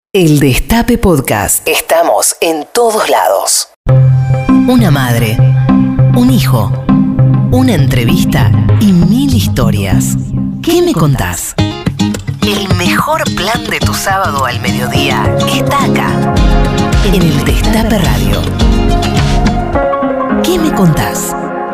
El Destape Podcast. Estamos en todos lados. Una madre, un hijo, una entrevista y 1000 historias. ¿Qué me contás? El mejor plan de tu sábado al mediodía está acá, en el Destape Radio. ¿Qué me contás?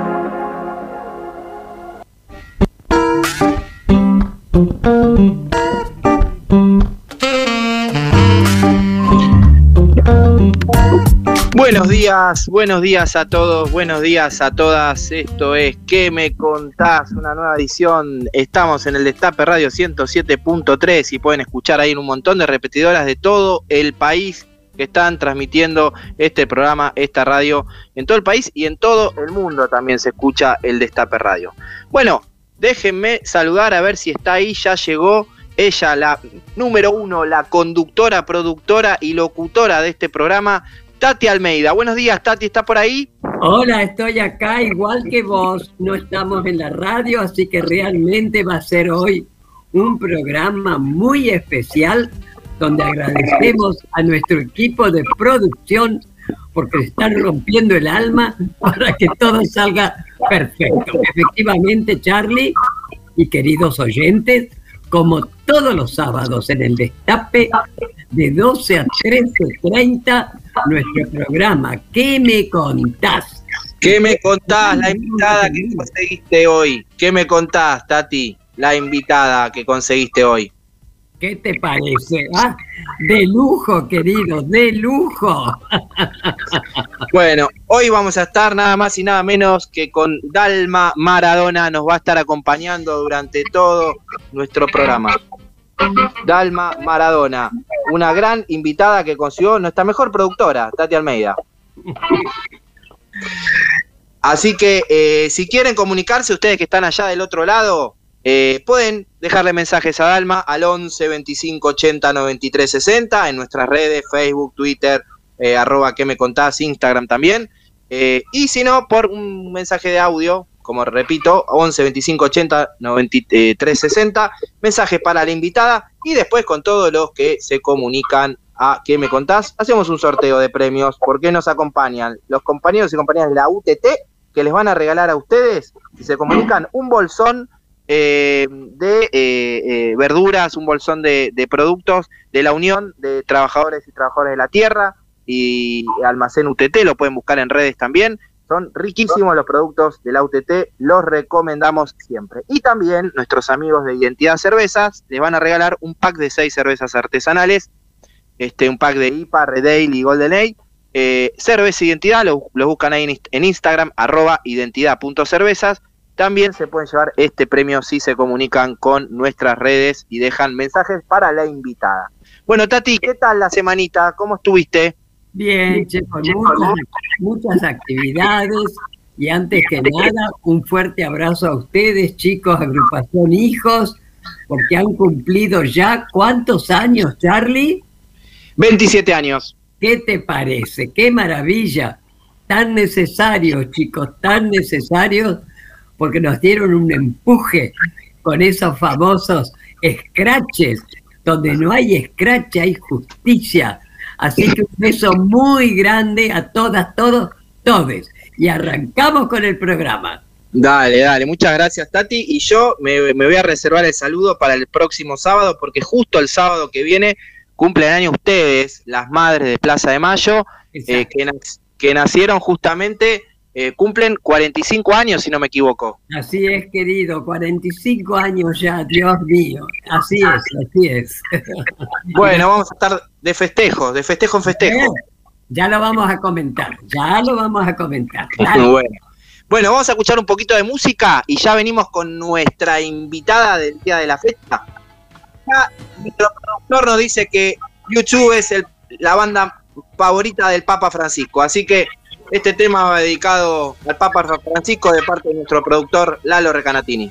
Buenos días a todos, buenos días a todas. Esto es ¿Qué me contás? Una nueva edición. Estamos en el Destape Radio 107.3 y pueden escuchar ahí en un montón de repetidoras de todo el país que están transmitiendo este programa, esta radio, en todo el país y en todo el mundo también se escucha el Destape Radio. Bueno, déjenme saludar a ver si está ahí, ya llegó ella, la número 1, la conductora, productora y locutora de este programa, Tati Almeida. Buenos días, Tati, ¿está por ahí? Hola, estoy acá igual que vos. No estamos en la radio, así que realmente va a ser hoy un programa muy especial donde agradecemos a nuestro equipo de producción porque están rompiendo el alma para que todo salga perfecto. Efectivamente, Charlie y queridos oyentes, como todos los sábados en el Destape, de 12 a 13:30, nuestro programa ¿Qué me contás? ¿Qué me contás? La invitada que conseguiste hoy. ¿Qué me contás, Tati? La invitada que conseguiste hoy. ¿Qué te parece? ¿Ah? De lujo, querido, de lujo. Bueno, hoy vamos a estar nada más y nada menos que con Dalma Maradona. Nos va a estar acompañando durante todo nuestro programa. Dalma Maradona, una gran invitada que consiguió nuestra mejor productora, Tati Almeida. Así que si quieren comunicarse, ustedes que están allá del otro lado, pueden dejarle mensajes a Dalma al 11 25 80 93 60 en nuestras redes, Facebook, Twitter, @que me contás, Instagram también. Y si no, por un mensaje de audio, como repito, 11 25 80 93 60, mensajes para la invitada y después con todos los que se comunican a ¿Qué me contás? Hacemos un sorteo de premios porque nos acompañan los compañeros y compañeras de la UTT que les van a regalar a ustedes, si se comunican, un bolsón de verduras, un bolsón de productos de la Unión de Trabajadores y Trabajadoras de la Tierra y Almacén UTT, lo pueden buscar en redes también. Son riquísimos los productos de la UTT, los recomendamos siempre. Y también nuestros amigos de Identidad Cervezas les van a regalar un pack de 6 cervezas artesanales, un pack de IPA, Red Ale y Golden Ale. Cerveza Identidad, los buscan ahí en Instagram, @identidad.cervezas. También se pueden llevar este premio si se comunican con nuestras redes y dejan mensajes para la invitada. Bueno, Tati, ¿qué tal la semanita? ¿Cómo estuviste? Bien, con muchas actividades y antes que nada un fuerte abrazo a ustedes, chicos, agrupación Hijos, porque han cumplido ya ¿cuántos años, Charlie? 27 años. ¿Qué te parece? ¡Qué maravilla! Tan necesarios, chicos, tan necesarios, porque nos dieron un empuje con esos famosos scratches. Donde no hay scratch hay justicia. Así que un beso muy grande a todas, todos, todes. Y arrancamos con el programa. Dale, muchas gracias, Tati. Y yo me voy a reservar el saludo para el próximo sábado, porque justo el sábado que viene cumplen años ustedes, las madres de Plaza de Mayo, que nacieron justamente, cumplen 45 años, si no me equivoco. Así es, querido, 45 años ya, Dios mío. Así es. Bueno, vamos a estar de festejo en festejo. Ya lo vamos a comentar. Claro. Bueno, vamos a escuchar un poquito de música y ya venimos con nuestra invitada del día de la fecha. Ya, nuestro productor nos dice que YouTube es la banda favorita del Papa Francisco, así que este tema va dedicado al Papa Francisco de parte de nuestro productor Lalo Recanatini.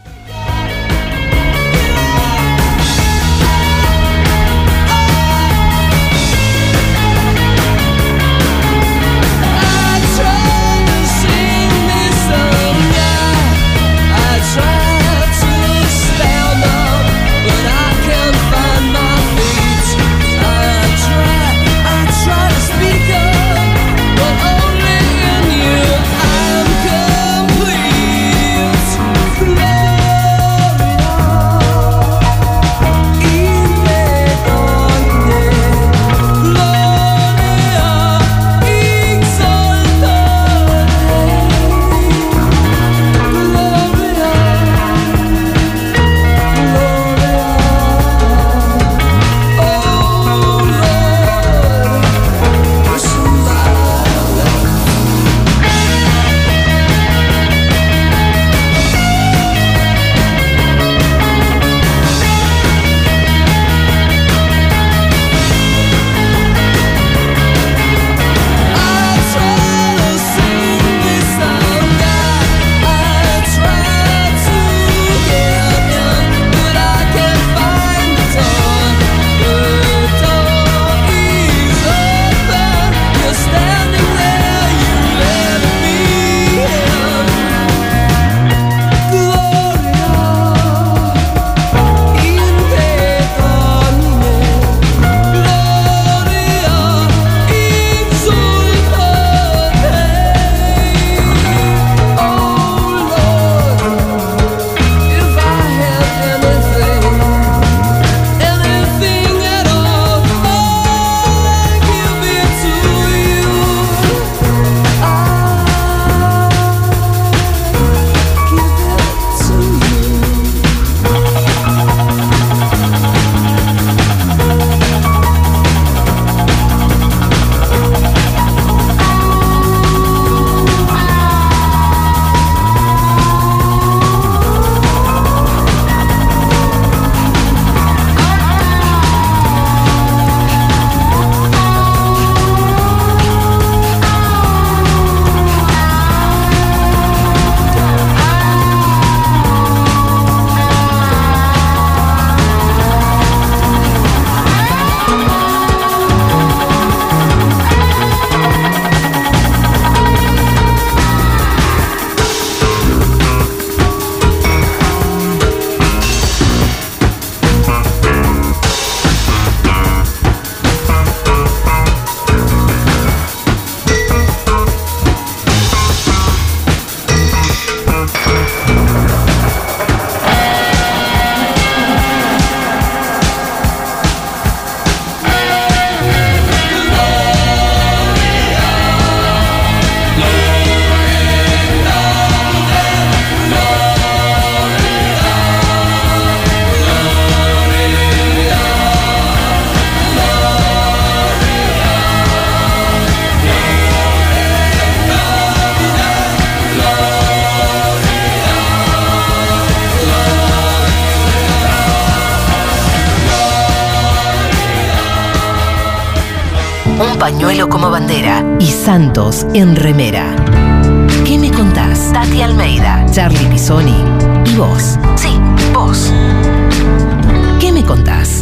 Stand up, but I can't find my feet. I try un pañuelo como bandera y Santos en remera. ¿Qué me contás? Tati Almeida, Charlie Pisoni y vos. Sí, vos. ¿Qué me contás?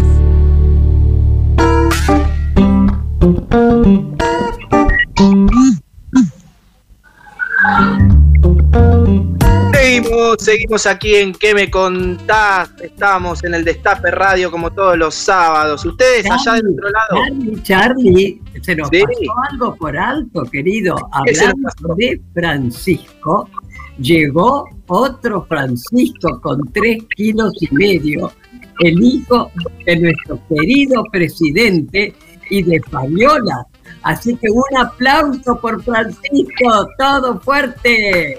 Seguimos aquí en ¿Qué me contás? Estamos en el Destape Radio como todos los sábados. Ustedes allá del otro lado. Charlie, se nos pasó algo por alto, querido. Hablando de Francisco, llegó otro Francisco con 3,5 kilos, el hijo de nuestro querido presidente y de Fabiola. Así que un aplauso por Francisco, todo fuerte.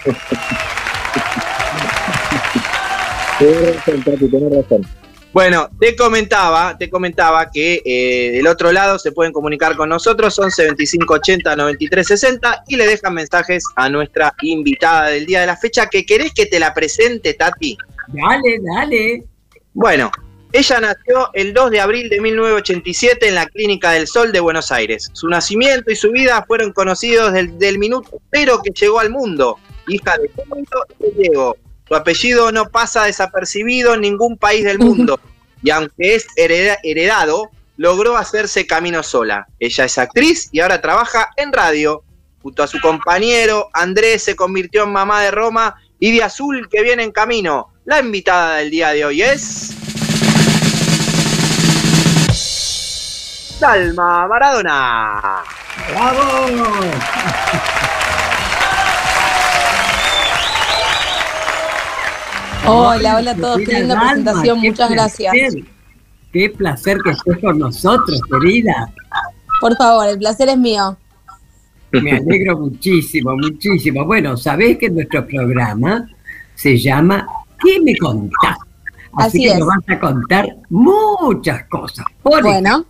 Tienes razón. Bueno, te comentaba que del otro lado se pueden comunicar con nosotros, 11 25 80 93 60, y le dejan mensajes a nuestra invitada del día de la fecha. ¿Que querés que te la presente, Tati? Dale. Bueno, ella nació el 2 de abril de 1987 en la Clínica del Sol de Buenos Aires. Su nacimiento y su vida fueron conocidos del minuto cero que llegó al mundo. Hija de Pedro y de Diego. Su apellido no pasa desapercibido en ningún país del mundo. Y aunque es heredado, logró hacerse camino sola. Ella es actriz y ahora trabaja en radio. Junto a su compañero, Andrés se convirtió en mamá de Roma y de Azul, que viene en camino. La invitada del día de hoy es... Dalma Maradona. ¡Bravo! Hola a todos, qué linda presentación, muchas gracias. Qué placer que estés con nosotros, querida. Por favor, el placer es mío. Me alegro muchísimo. Bueno, sabés que nuestro programa se llama ¿Qué me contás? Así que nos vas a contar muchas cosas. Por ejemplo,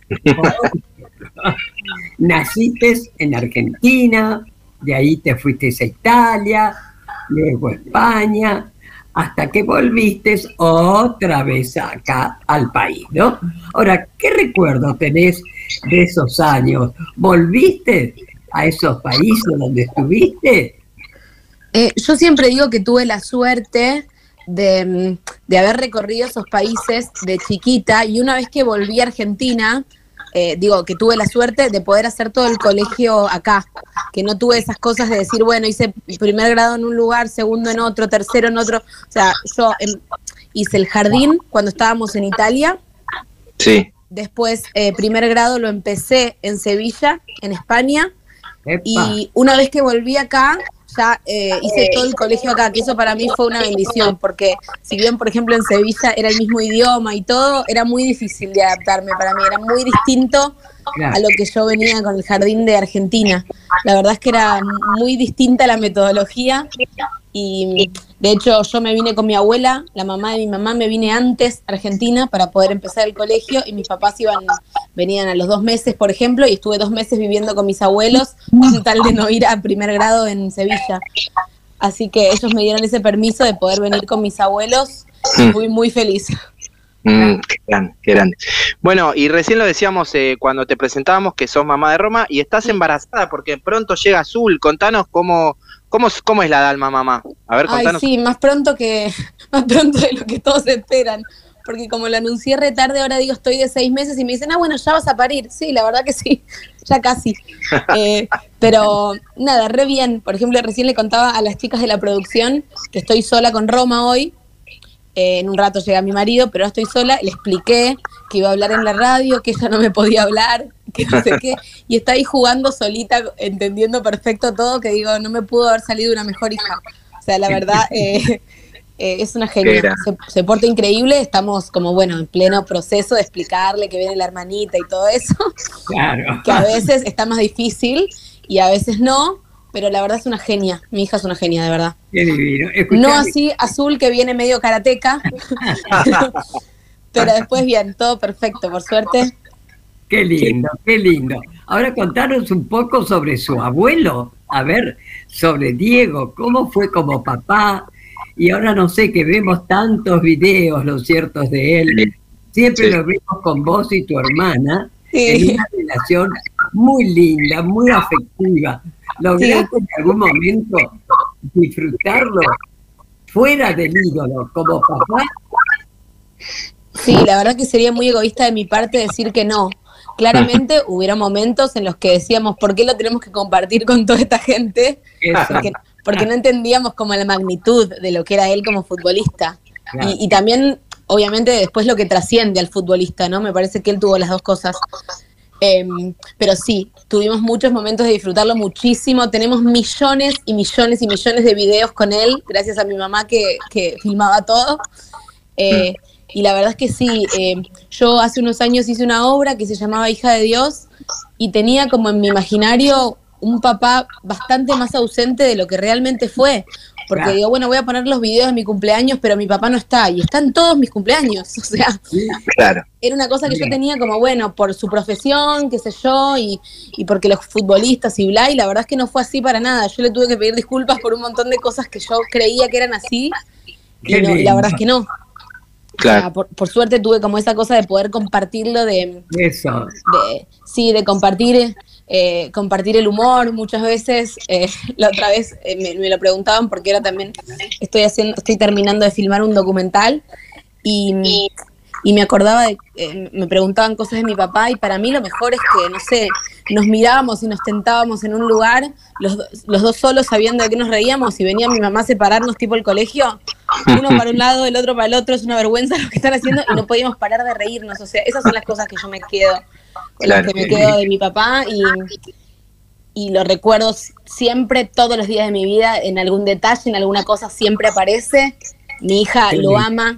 naciste en Argentina, de ahí te fuiste a Italia, luego a España, hasta que volviste otra vez acá al país, ¿no? Ahora, ¿qué recuerdo tenés de esos años? ¿Volviste a esos países donde estuviste? Yo siempre digo que tuve la suerte de haber recorrido esos países de chiquita, y una vez que volví a Argentina, digo que tuve la suerte de poder hacer todo el colegio acá, que no tuve esas cosas de decir, bueno, hice primer grado en un lugar, segundo en otro, tercero en otro. O sea, yo hice el jardín cuando estábamos en Italia. Sí. Después, primer grado lo empecé en Sevilla, en España. ¡Epa! Y una vez que volví acá, ya hice todo el colegio acá, que eso para mí fue una bendición, porque si bien, por ejemplo, en Sevilla era el mismo idioma y todo, era muy difícil de adaptarme para mí, era muy distinto a lo que yo venía con el jardín de Argentina. La verdad es que era muy distinta la metodología, y de hecho yo me vine con mi abuela, la mamá de mi mamá, me vine antes a Argentina para poder empezar el colegio, y mis papás venían a los 2 meses, por ejemplo, y estuve 2 meses viviendo con mis abuelos con tal de no ir a primer grado en Sevilla. Así que ellos me dieron ese permiso de poder venir con mis abuelos, y fui muy feliz. Qué grande. Bueno, y recién lo decíamos cuando te presentábamos, que sos mamá de Roma y estás embarazada porque pronto llega Azul. Contanos cómo es la Dalma, mamá. A ver, contanos. Ay, sí, más pronto de lo que todos esperan. Porque como lo anuncié re tarde, ahora digo estoy de 6 meses y me dicen, bueno, ya vas a parir. Sí, la verdad que sí, ya casi. Pero nada, re bien. Por ejemplo, recién le contaba a las chicas de la producción que estoy sola con Roma hoy. En un rato llega mi marido, pero no estoy sola. Le expliqué que iba a hablar en la radio, que ella no me podía hablar, que no sé qué. Y está ahí jugando solita, entendiendo perfecto todo, que digo, no me pudo haber salido una mejor hija. O sea, la verdad, es una genia. Se porta increíble. Estamos como, bueno, en pleno proceso de explicarle que viene la hermanita y todo eso. Claro. Que a veces está más difícil y a veces no. Pero la verdad es una genia, mi hija es una genia, de verdad. Qué divino. Escuchame. No así Azul, que viene medio karateca, pero después bien, todo perfecto, por suerte. Qué lindo, qué lindo. Ahora contanos un poco sobre su abuelo, a ver, sobre Diego, cómo fue como papá, y ahora no sé, que vemos tantos videos, los ciertos, de él, siempre los vemos con vos y tu hermana, en una relación muy linda, muy afectiva. ¿Lograste en algún momento disfrutarlo fuera del ídolo como papá? Sí, la verdad que sería muy egoísta de mi parte decir que no. Claramente hubiera momentos en los que decíamos, ¿por qué lo tenemos que compartir con toda esta gente? Porque no entendíamos como la magnitud de lo que era él como futbolista. Claro. Y también, obviamente, después lo que trasciende al futbolista, ¿no? Me parece que él tuvo las dos cosas. Pero sí, tuvimos muchos momentos de disfrutarlo muchísimo. Tenemos millones y millones y millones de videos con él, gracias a mi mamá que filmaba todo. Y la verdad es que sí, yo hace unos años hice una obra que se llamaba Hija de Dios y tenía como en mi imaginario un papá bastante más ausente de lo que realmente fue. Porque digo, bueno, voy a poner los videos de mi cumpleaños, pero mi papá no está, y están todos mis cumpleaños. O sea, era una cosa que yo tenía como, bueno, por su profesión, qué sé yo, y porque los futbolistas y bla, y la verdad es que no fue así para nada. Yo le tuve que pedir disculpas por un montón de cosas que yo creía que eran así, y la verdad es que no. Claro. O sea, por suerte tuve como esa cosa de poder compartirlo, de compartir el humor. Muchas veces, la otra vez me lo preguntaban porque ahora también estoy terminando de filmar un documental y me acordaba me preguntaban cosas de mi papá, y para mí lo mejor es que, no sé, nos mirábamos y nos tentábamos en un lugar, los dos solos sabiendo de qué nos reíamos, y venía mi mamá a separarnos tipo el colegio, uno para un lado, el otro para el otro, es una vergüenza lo que están haciendo, y no podíamos parar de reírnos. O sea, esas son las cosas que yo me quedo, con las que me quedo de mi papá, y lo recuerdo siempre, todos los días de mi vida, en algún detalle, en alguna cosa siempre aparece. Mi hija lo ama,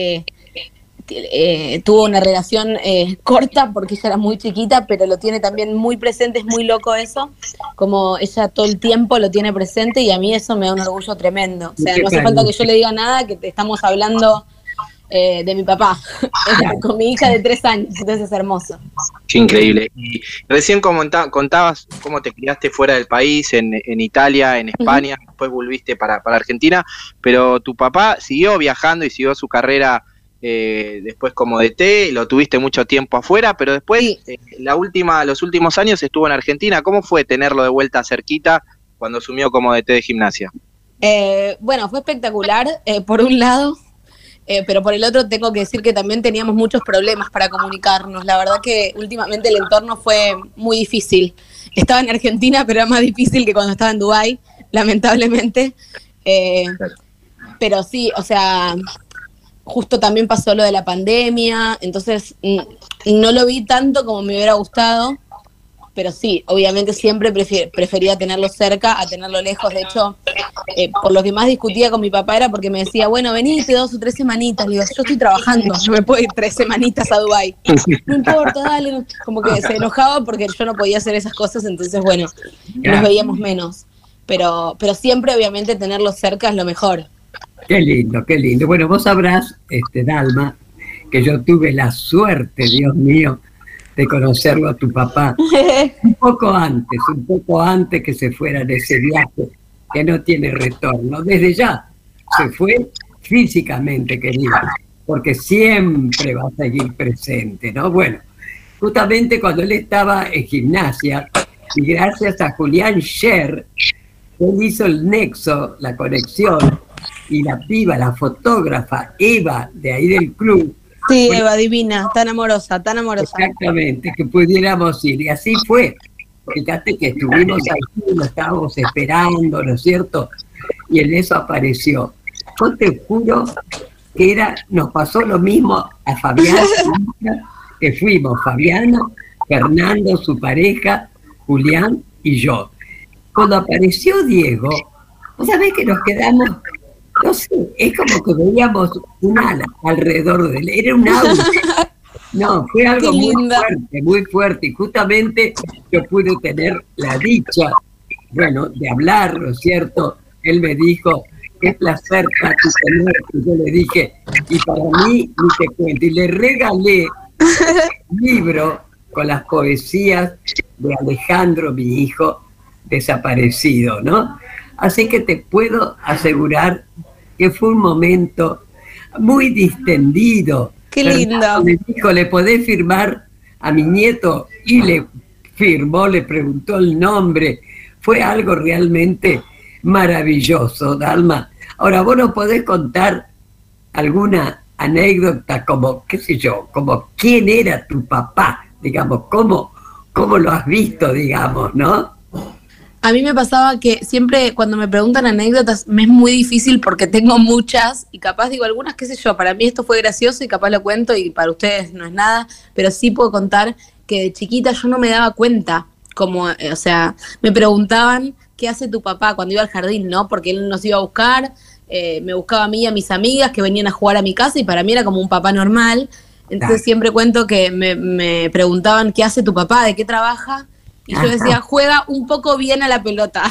tuvo una relación corta porque ella era muy chiquita, pero lo tiene también muy presente. Es muy loco eso, como ella todo el tiempo lo tiene presente, y a mí eso me da un orgullo tremendo. O sea, no hace falta que yo le diga nada, que estamos hablando de mi papá con mi hija de 3 años, entonces es hermoso. Qué increíble. Y recién contabas cómo te criaste fuera del país, en Italia, en España, después volviste para Argentina, pero tu papá siguió viajando y siguió su carrera después como DT, lo tuviste mucho tiempo afuera, pero después los últimos años estuvo en Argentina. ¿Cómo fue tenerlo de vuelta cerquita cuando asumió como DT de Gimnasia? Bueno, fue espectacular, por un lado, pero por el otro tengo que decir que también teníamos muchos problemas para comunicarnos. La verdad que últimamente el entorno fue muy difícil. Estaba en Argentina, pero era más difícil que cuando estaba en Dubái, lamentablemente. Pero sí, o sea, justo también pasó lo de la pandemia, entonces no lo vi tanto como me hubiera gustado, pero sí, obviamente siempre prefería tenerlo cerca a tenerlo lejos. De hecho, por lo que más discutía con mi papá era porque me decía, bueno, venite 2 o 3 semanitas. Le digo, yo estoy trabajando, yo me puedo ir 3 semanitas a Dubái. No importa, dale. Como que se enojaba porque yo no podía hacer esas cosas, entonces bueno, nos veíamos menos. Pero siempre, obviamente, tenerlo cerca es lo mejor. Qué lindo, qué lindo. Bueno, vos sabrás, Dalma, que yo tuve la suerte, Dios mío, de conocerlo a tu papá un poco antes que se fuera de ese viaje que no tiene retorno. Desde ya se fue físicamente, querida, porque siempre va a seguir presente, ¿no? Bueno, justamente cuando él estaba en Gimnasia, y gracias a Julián Scher, él hizo el nexo, la conexión, y la piba, la fotógrafa Eva, de ahí del club. Sí, bueno, Eva, divina, tan amorosa, tan amorosa. Exactamente, que pudiéramos ir, y así fue. Fíjate que estuvimos ahí, lo estábamos esperando, ¿no es cierto? Y en eso apareció. Yo te juro que nos pasó lo mismo a Fabián, que fuimos Fabiano, Fernando, su pareja, Julián y yo. Cuando apareció Diego, vos sabés que nos quedamos, no sé, es como que veíamos un ala alrededor de él, era un aula. No, fue algo muy fuerte, y justamente yo pude tener la dicha, bueno, de hablar, ¿no es cierto? Él me dijo, qué placer, Pati, tenerte. Y yo le dije, y para mí, ni te cuento, y le regalé un libro con las poesías de Alejandro, mi hijo desaparecido, ¿no? Así que te puedo asegurar que fue un momento muy distendido. ¡Qué lindo! Me dijo, ¿le podés firmar a mi nieto y le firmó, le preguntó el nombre. Fue algo realmente maravilloso, Dalma. Ahora, ¿vos nos podés contar alguna anécdota como, qué sé yo, como quién era tu papá, digamos, cómo lo has visto, digamos, ¿no? A mí me pasaba que siempre cuando me preguntan anécdotas me es muy difícil porque tengo muchas y capaz digo algunas, qué sé yo, para mí esto fue gracioso y capaz lo cuento y para ustedes no es nada, pero sí puedo contar que de chiquita yo no me daba cuenta, como, o sea, me preguntaban qué hace tu papá cuando iba al jardín, ¿no? Porque él nos iba a buscar, me buscaba a mí y a mis amigas que venían a jugar a mi casa y para mí era como un papá normal. Entonces siempre cuento que me preguntaban qué hace tu papá, de qué trabaja. Y yo decía, juega un poco bien a la pelota.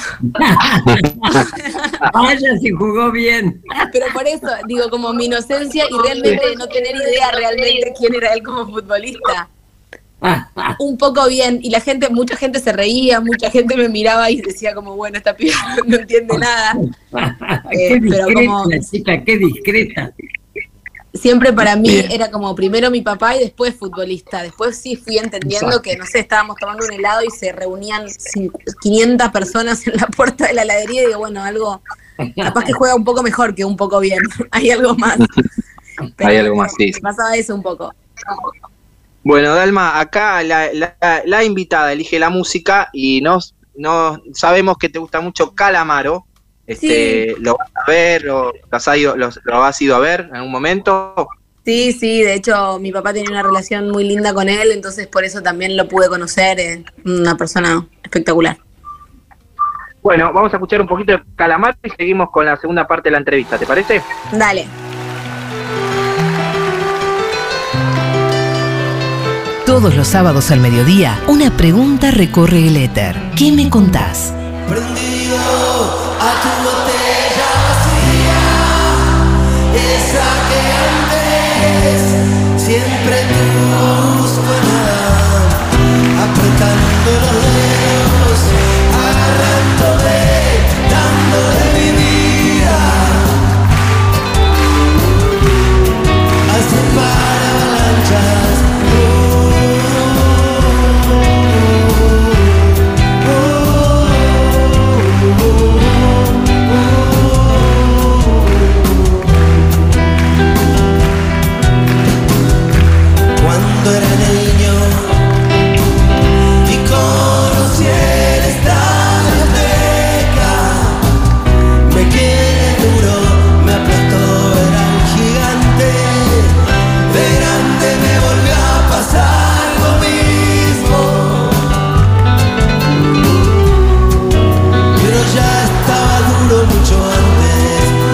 Vaya si jugó bien. Pero por eso, digo, como mi inocencia y realmente no tener idea realmente quién era él como futbolista. Un poco bien. Y mucha gente se reía, mucha gente me miraba y decía como, bueno, esta piba no entiende nada. Qué discreta, pero como, chica, qué discreta. Siempre para mí era como primero mi papá y después futbolista. Después sí fui entendiendo que, no sé, estábamos tomando un helado y se reunían 500 personas en la puerta de la heladería y digo, bueno, algo, capaz que juega un poco mejor que un poco bien. Hay algo más. Hay algo más, sí. Pasaba eso un poco. Bueno, Dalma, acá la invitada elige la música y no sabemos que te gusta mucho Calamaro. Sí. ¿Lo vas a ver o lo has ido a ver en algún momento? Sí, de hecho mi papá tenía una relación muy linda con él, entonces por eso también lo pude conocer, una persona espectacular. Bueno, vamos a escuchar un poquito de Calamaro y seguimos con la segunda parte de la entrevista, ¿te parece? Dale. Todos los sábados al mediodía, una pregunta recorre el éter. ¿Qué me contás? Prendido a tu botella vacía, esa que antes siempre tuvo suena, apretando los dedos, agarrándome, dándole mi vida, hace para avalanchas. Cuando era niño y conocí el estadio Azteca, me quedé duro, me aplastó, era un gigante. De grande me volvió a pasar lo mismo, pero ya estaba duro mucho antes.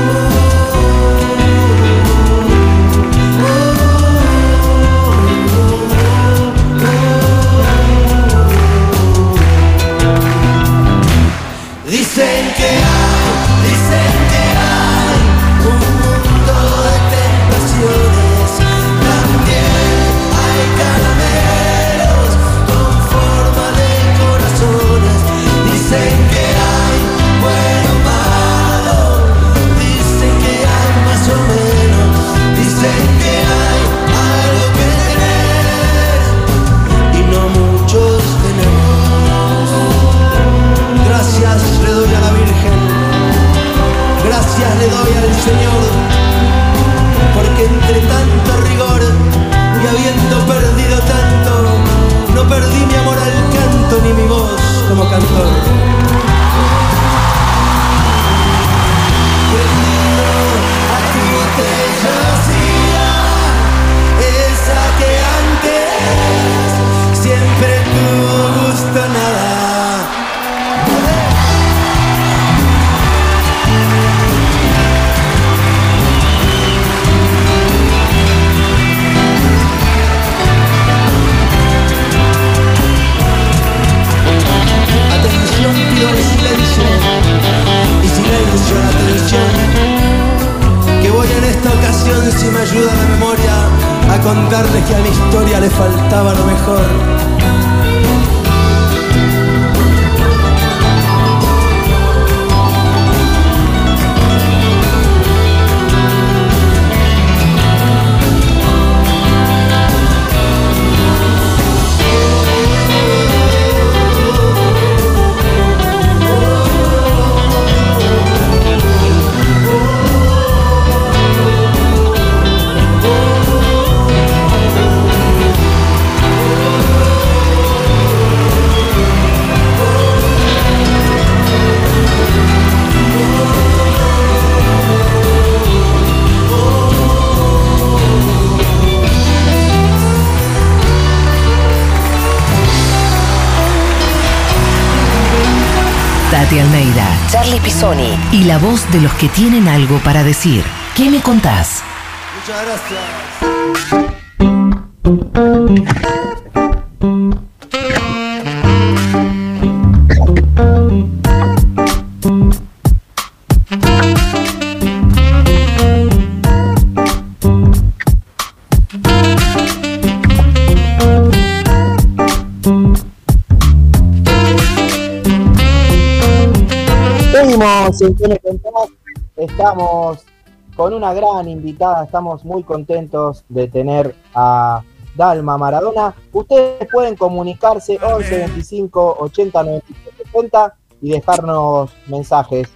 Dicen que hay un mundo de tentaciones, también hay caramelos con forma de corazones. Dicen que hay bueno o malo, dicen que hay más o menos, dicen que hay algo que tener y no muchos tenemos. Gracias le doy a la Virgen, gracias le doy al Señor, porque entre tanto rigor y habiendo perdido tanto, no perdí mi amor al canto ni mi voz como cantor. Prendido a tu botella vacía, esa que antes siempre tuvo gusto a nada. Atención, pido el silencio y silencio la atención, que voy en esta ocasión, si me ayuda la memoria, a contarles que a mi historia le faltaba lo mejor. Tati Almeida, Charlie Pisoni y la voz de los que tienen algo para decir. ¿Qué me contás? Muchas gracias. Seguimos en ¿Qué me contás? Estamos con una gran invitada, estamos muy contentos de tener a Dalma Maradona. Ustedes pueden comunicarse 11 25 80 93 70 y dejarnos mensajes.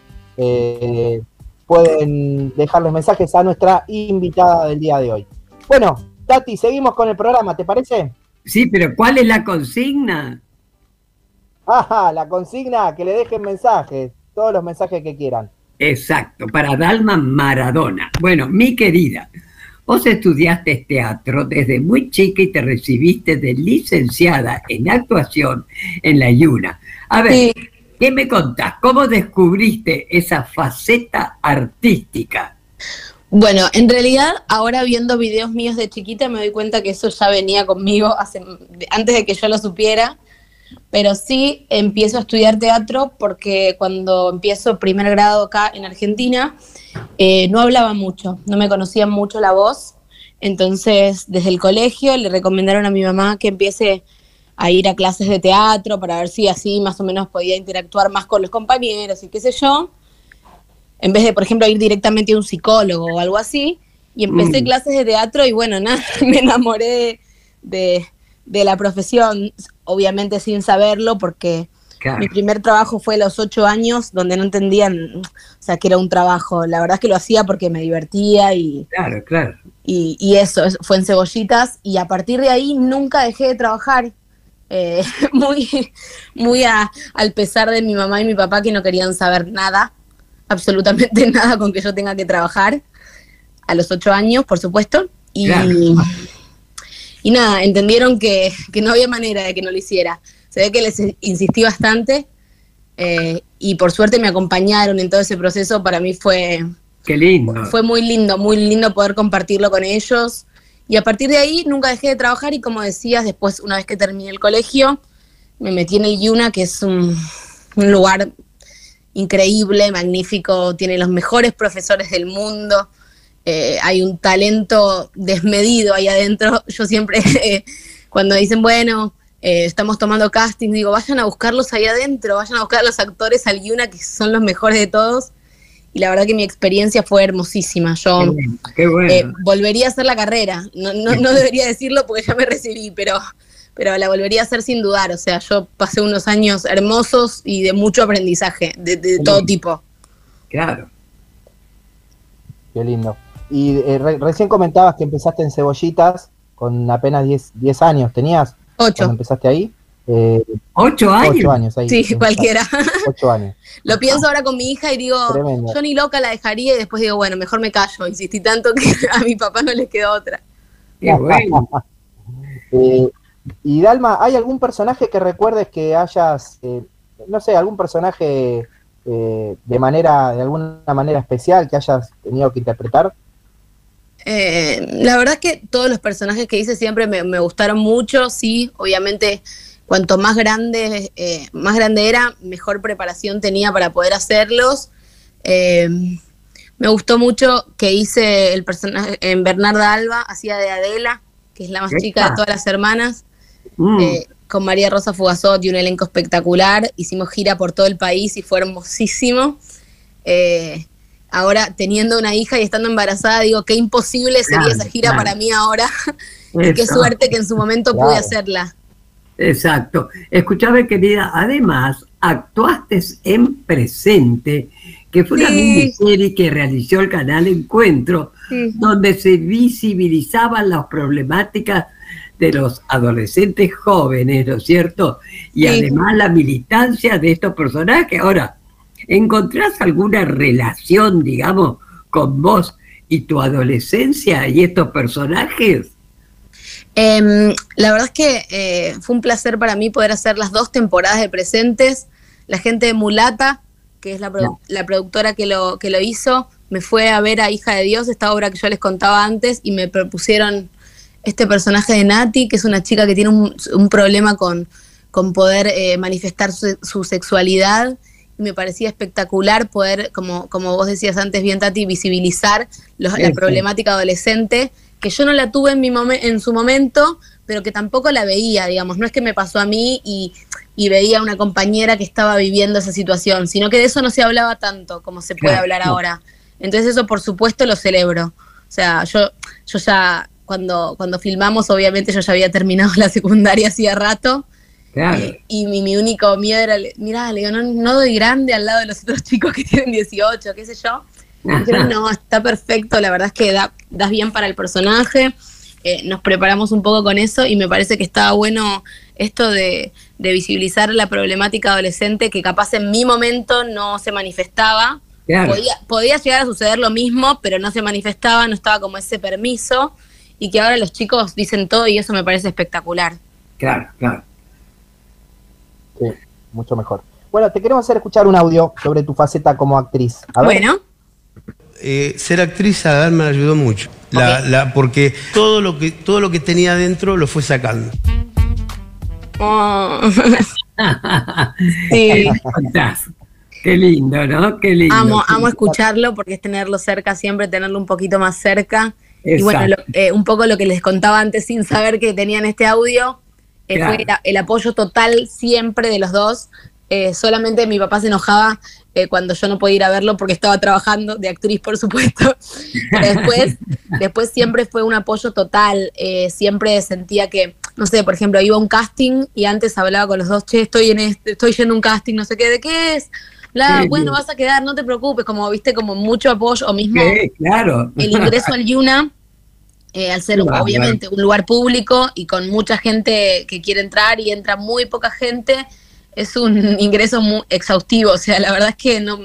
Pueden dejarles mensajes a nuestra invitada del día de hoy. Bueno, Tati, seguimos con el programa, ¿te parece? Sí, pero ¿cuál es la consigna? Ajá, la consigna, que le dejen mensajes, todos los mensajes que quieran. Exacto, para Dalma Maradona. Bueno, mi querida, vos estudiaste teatro desde muy chica y te recibiste de licenciada en actuación en la IUNA. A ver, sí. ¿Qué me contás? ¿Cómo descubriste esa faceta artística? Bueno, en realidad, ahora viendo videos míos de chiquita me doy cuenta que eso ya venía conmigo antes de que yo lo supiera. Pero sí empiezo a estudiar teatro porque cuando empiezo primer grado acá en Argentina, no hablaba mucho, no me conocían mucho la voz. Entonces, desde el colegio le recomendaron a mi mamá que empiece a ir a clases de teatro para ver si así más o menos podía interactuar más con los compañeros y qué sé yo, en vez de, por ejemplo, ir directamente a un psicólogo o algo así. Y empecé clases de teatro y bueno, nada, me enamoré de la profesión, obviamente sin saberlo, porque claro, mi primer trabajo fue a los 8 años, donde no entendían, o sea, que era un trabajo. La verdad es que lo hacía porque me divertía y claro. Y eso fue en Cebollitas, y a partir de ahí nunca dejé de trabajar, muy al pesar de mi mamá y mi papá, que no querían saber nada, absolutamente nada con que yo tenga que trabajar, a los 8 años, por supuesto, y... Claro. Y nada, entendieron que no había manera de que no lo hiciera. Se ve que les insistí bastante y por suerte me acompañaron en todo ese proceso. Para mí fue... ¡Qué lindo! Fue muy lindo poder compartirlo con ellos. Y a partir de ahí nunca dejé de trabajar y, como decías, después, una vez que terminé el colegio, me metí en el IUNA, que es un lugar increíble, magnífico, tiene los mejores profesores del mundo. Hay un talento desmedido ahí adentro. Yo siempre, cuando dicen, bueno, estamos tomando casting, digo, vayan a buscarlos ahí adentro, vayan a buscar a los actores al IUNA, que son los mejores de todos. Y la verdad que mi experiencia fue hermosísima. Yo qué bueno. Volvería a hacer la carrera. No debería decirlo porque ya me recibí, pero la volvería a hacer sin dudar. O sea, yo pasé unos años hermosos y de mucho aprendizaje, de todo tipo. Claro. Qué lindo. Y recién comentabas que empezaste en Cebollitas con apenas 10 años, ¿tenías? 8. Cuando empezaste ahí. 8 años. 8 años ahí. Sí, cualquiera. 8 años. Lo pienso ahora con mi hija y digo, tremendo. Yo ni loca la dejaría, y después digo, bueno, mejor me callo. Insistí tanto que a mi papá no le quedó otra. Qué bueno. Y Dalma, ¿hay algún personaje que recuerdes que hayas, no sé, algún personaje de alguna manera especial que hayas tenido que interpretar? La verdad es que todos los personajes que hice siempre me gustaron mucho. Sí, obviamente cuanto más grande era, mejor preparación tenía para poder hacerlos. Me gustó mucho que hice el personaje en Bernarda Alba, hacía de Adela, que es la más chica de todas las hermanas, con María Rosa Fugazot y un elenco espectacular. Hicimos gira por todo el país y fue hermosísimo. Ahora, teniendo una hija y estando embarazada, digo, qué imposible sería esa gira para mí ahora. Y qué suerte que en su momento pude hacerla. Exacto. Escuchame, querida, además, actuaste en Presente, que fue una miniserie que realizó el canal Encuentro, donde se visibilizaban las problemáticas de los adolescentes jóvenes, ¿no es cierto? Y además la militancia de estos personajes. Ahora, ¿encontrás alguna relación, digamos, con vos y tu adolescencia y estos personajes? La verdad es que fue un placer para mí poder hacer las 2 temporadas de Presentes. la gente de Mulata, que es la productora que lo hizo, me fue a ver a Hija de Dios, esta obra que yo les contaba antes, y me propusieron este personaje de Nati, que es una chica que tiene un problema con poder manifestar su sexualidad. Y me parecía espectacular poder, como vos decías antes bien, Tati, visibilizar la problemática adolescente, que yo no la tuve en su momento, pero que tampoco la veía, digamos. No es que me pasó a mí y veía a una compañera que estaba viviendo esa situación, sino que de eso no se hablaba tanto como se puede hablar ahora. Entonces eso, por supuesto, lo celebro. O sea, yo ya, cuando filmamos, obviamente yo ya había terminado la secundaria hacía rato. Claro. Y mi único miedo era, mirá, le digo, no doy grande al lado de los otros chicos que tienen 18, qué sé yo. Pero no, está perfecto, la verdad es que das bien para el personaje. Nos preparamos un poco con eso y me parece que estaba bueno esto de visibilizar la problemática adolescente que capaz en mi momento no se manifestaba. Claro. Podía llegar a suceder lo mismo, pero no se manifestaba, no estaba como ese permiso, y que ahora los chicos dicen todo y eso me parece espectacular. Claro. Sí, mucho mejor. Bueno, te queremos hacer escuchar un audio sobre tu faceta como actriz. A ver. Bueno. Ser actriz a Adal me ayudó mucho, porque todo lo que tenía adentro lo fue sacando. Oh. Sí. Qué lindo, ¿no? Qué lindo. Amo escucharlo porque es tenerlo cerca siempre, tenerlo un poquito más cerca. Exacto. Y bueno, un poco lo que les contaba antes sin saber que tenían este audio, claro, fue el apoyo total siempre de los dos. Solamente mi papá se enojaba cuando yo no podía ir a verlo porque estaba trabajando de actriz, por supuesto. Pero después siempre fue un apoyo total. Siempre sentía que, no sé, por ejemplo, iba a un casting y antes hablaba con los dos, che, estoy yendo a un casting, no sé qué, ¿de qué es? Bueno, vas a quedar, no te preocupes, como viste, como mucho apoyo, o mismo claro, el ingreso al Yuna, al ser obviamente un lugar público y con mucha gente que quiere entrar y entra muy poca gente, es un ingreso muy exhaustivo. O sea, la verdad es que no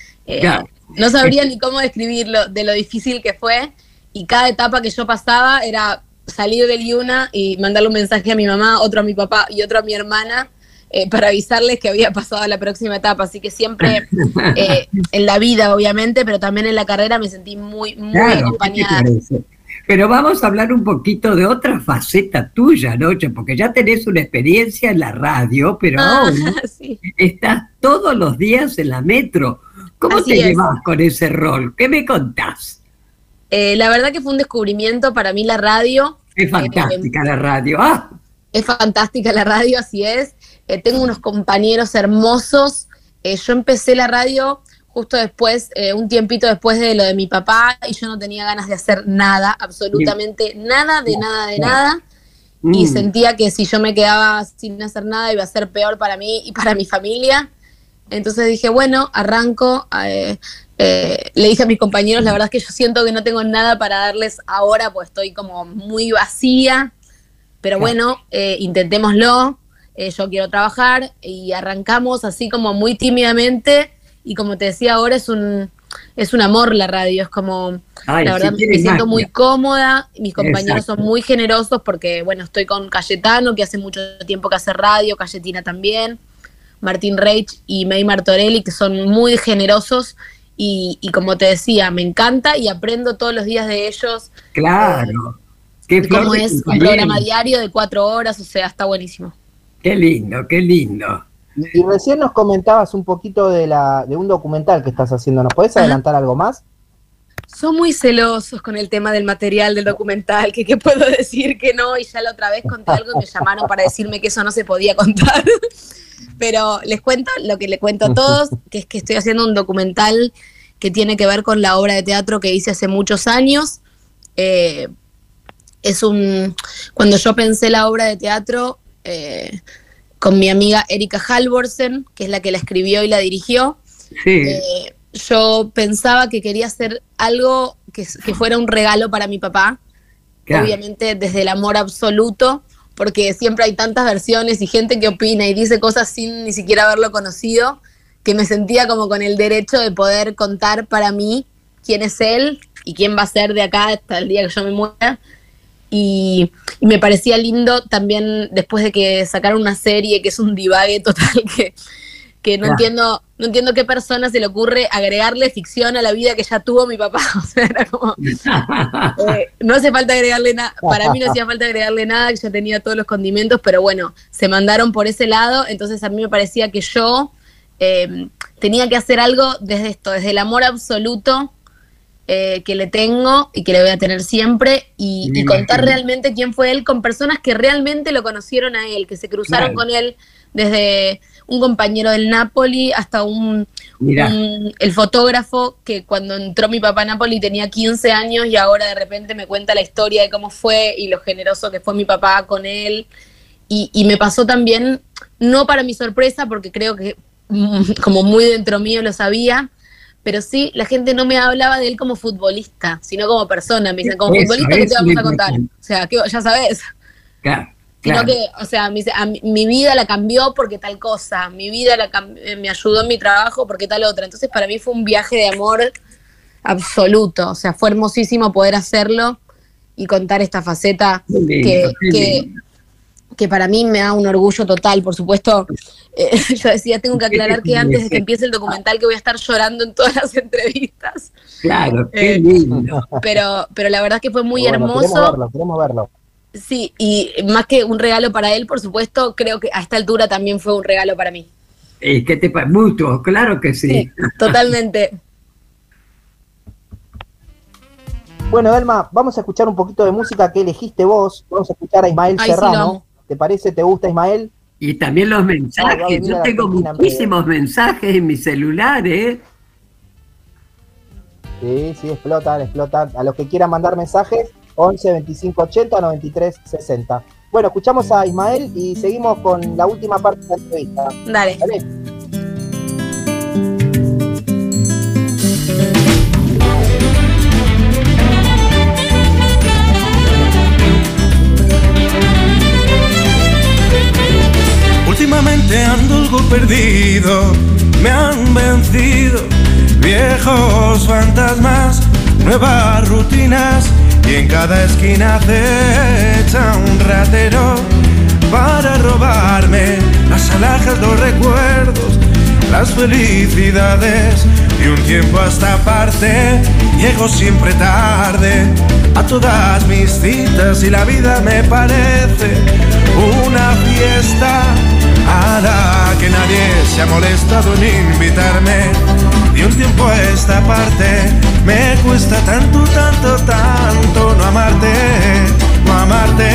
sabría ni cómo describirlo, de lo difícil que fue, y cada etapa que yo pasaba era salir del Yuna y mandarle un mensaje a mi mamá, otro a mi papá y otro a mi hermana, para avisarles que había pasado a la próxima etapa. Así que siempre en la vida, obviamente, pero también en la carrera me sentí muy acompañada. Pero vamos a hablar un poquito de otra faceta tuya, Noche, porque ya tenés una experiencia en la radio, pero ahora sí, estás todos los días en la metro. ¿Cómo te llevas con ese rol? ¿Qué me contás? La verdad que fue un descubrimiento para mí la radio. Es fantástica la radio. Es fantástica la radio, así es. Tengo unos compañeros hermosos. Yo empecé la radio justo después, un tiempito después de lo de mi papá, y yo no tenía ganas de hacer nada, absolutamente nada, de nada. Y sentía que si yo me quedaba sin hacer nada iba a ser peor para mí y para mi familia. Entonces dije, bueno, arranco. Le dije a mis compañeros, la verdad es que yo siento que no tengo nada para darles ahora, pues estoy como muy vacía, pero bueno, intentémoslo. Yo quiero trabajar, y arrancamos así como muy tímidamente, y como te decía ahora, es un amor la radio, es como, la verdad me siento muy cómoda, mis compañeros son muy generosos porque, bueno, estoy con Cayetano, que hace mucho tiempo que hace radio, Cayetina también, Martín Reich y May Martorelli, que son muy generosos, y como te decía, me encanta y aprendo todos los días de ellos. Claro. Cómo es un programa diario de 4 horas, o sea, está buenísimo. Qué lindo, qué lindo. Y recién nos comentabas un poquito de un documental que estás haciendo. ¿Nos podés adelantar algo más? Son muy celosos con el tema del material del documental, que qué puedo decir que no, y ya la otra vez conté algo y me llamaron para decirme que eso no se podía contar. Pero les cuento lo que le cuento a todos, que es que estoy haciendo un documental que tiene que ver con la obra de teatro que hice hace muchos años. Cuando yo pensé la obra de teatro, con mi amiga Erika Halvorsen, que es la que la escribió y la dirigió, yo pensaba que quería hacer algo que fuera un regalo para mi papá, obviamente desde el amor absoluto, porque siempre hay tantas versiones y gente que opina y dice cosas sin ni siquiera haberlo conocido, que me sentía como con el derecho de poder contar para mí quién es él y quién va a ser de acá hasta el día que yo me muera. Y me parecía lindo también, después de que sacaron una serie que es un divague total, que que no entiendo qué persona se le ocurre agregarle ficción a la vida que ya tuvo mi papá. O sea, era como, no hace falta agregarle nada, para mí no hacía falta agregarle nada, que ya tenía todos los condimentos, pero bueno, se mandaron por ese lado, entonces a mí me parecía que yo tenía que hacer algo desde esto, desde el amor absoluto que le tengo y que le voy a tener siempre, y contar realmente quién fue él con personas que realmente lo conocieron a él, que se cruzaron con él, desde un compañero del Napoli hasta el fotógrafo que cuando entró mi papá a Napoli tenía 15 años y ahora de repente me cuenta la historia de cómo fue y lo generoso que fue mi papá con él. Y me pasó también, no para mi sorpresa, porque creo que como muy dentro mío lo sabía, pero sí, la gente no me hablaba de él como futbolista, sino como persona. Me dicen, como futbolista, ¿qué te vamos a contar? O sea, que ya sabes. Claro. Sino que, o sea, mi vida la cambió porque tal cosa, mi vida me ayudó en mi trabajo porque tal otra. Entonces para mí fue un viaje de amor absoluto, o sea, fue hermosísimo poder hacerlo y contar esta faceta que para mí me da un orgullo total. Por supuesto, yo decía, tengo que aclarar que antes de que empiece el documental que voy a estar llorando en todas las entrevistas. Claro, qué lindo. Pero la verdad es que fue muy hermoso. Queremos verlo. Sí, y más que un regalo para él, por supuesto, creo que a esta altura también fue un regalo para mí. ¿Qué te parece? Mutuo, claro que sí. Sí, totalmente. Bueno, Dalma, vamos a escuchar un poquito de música que elegiste vos. Vamos a escuchar a Ismael Serrano. ¿Te parece? ¿Te gusta, Ismael? Y también los mensajes. Yo tengo muchísimos mensajes en mi celular, ¿eh? Sí, explotan. A los que quieran mandar mensajes, 11 25 80 93 60. Bueno, escuchamos a Ismael y seguimos con la última parte de la entrevista. Dale. Últimamente ando algo perdido, me han vencido viejos fantasmas, nuevas rutinas, y en cada esquina acecha un ratero para robarme las alhajas, los recuerdos, las felicidades. De un tiempo a esta parte llego siempre tarde a todas mis citas y la vida me parece una fiesta a la que nadie se ha molestado en invitarme. De un tiempo a esta parte me cuesta tanto no amarte, no amarte.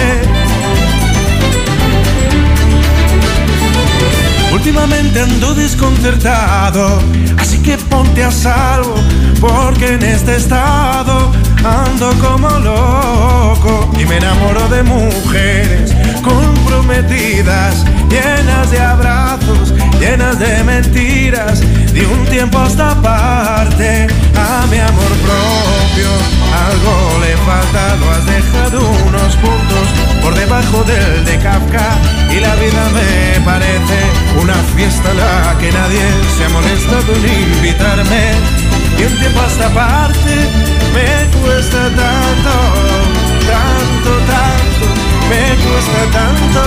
Últimamente ando desconcertado, así que ponte a salvo, porque en este estado ando como loco y me enamoro de mujeres comprometidas, llenas de abrazos, llenas de mentiras. De un tiempo a esta parte a mi amor propio algo le falta, lo has dejado unos puntos por debajo del de Kafka y la vida me parece una fiesta a la que nadie se ha molestado en invitarme. Y un tiempo a esta parte me cuesta tanto, me cuesta tanto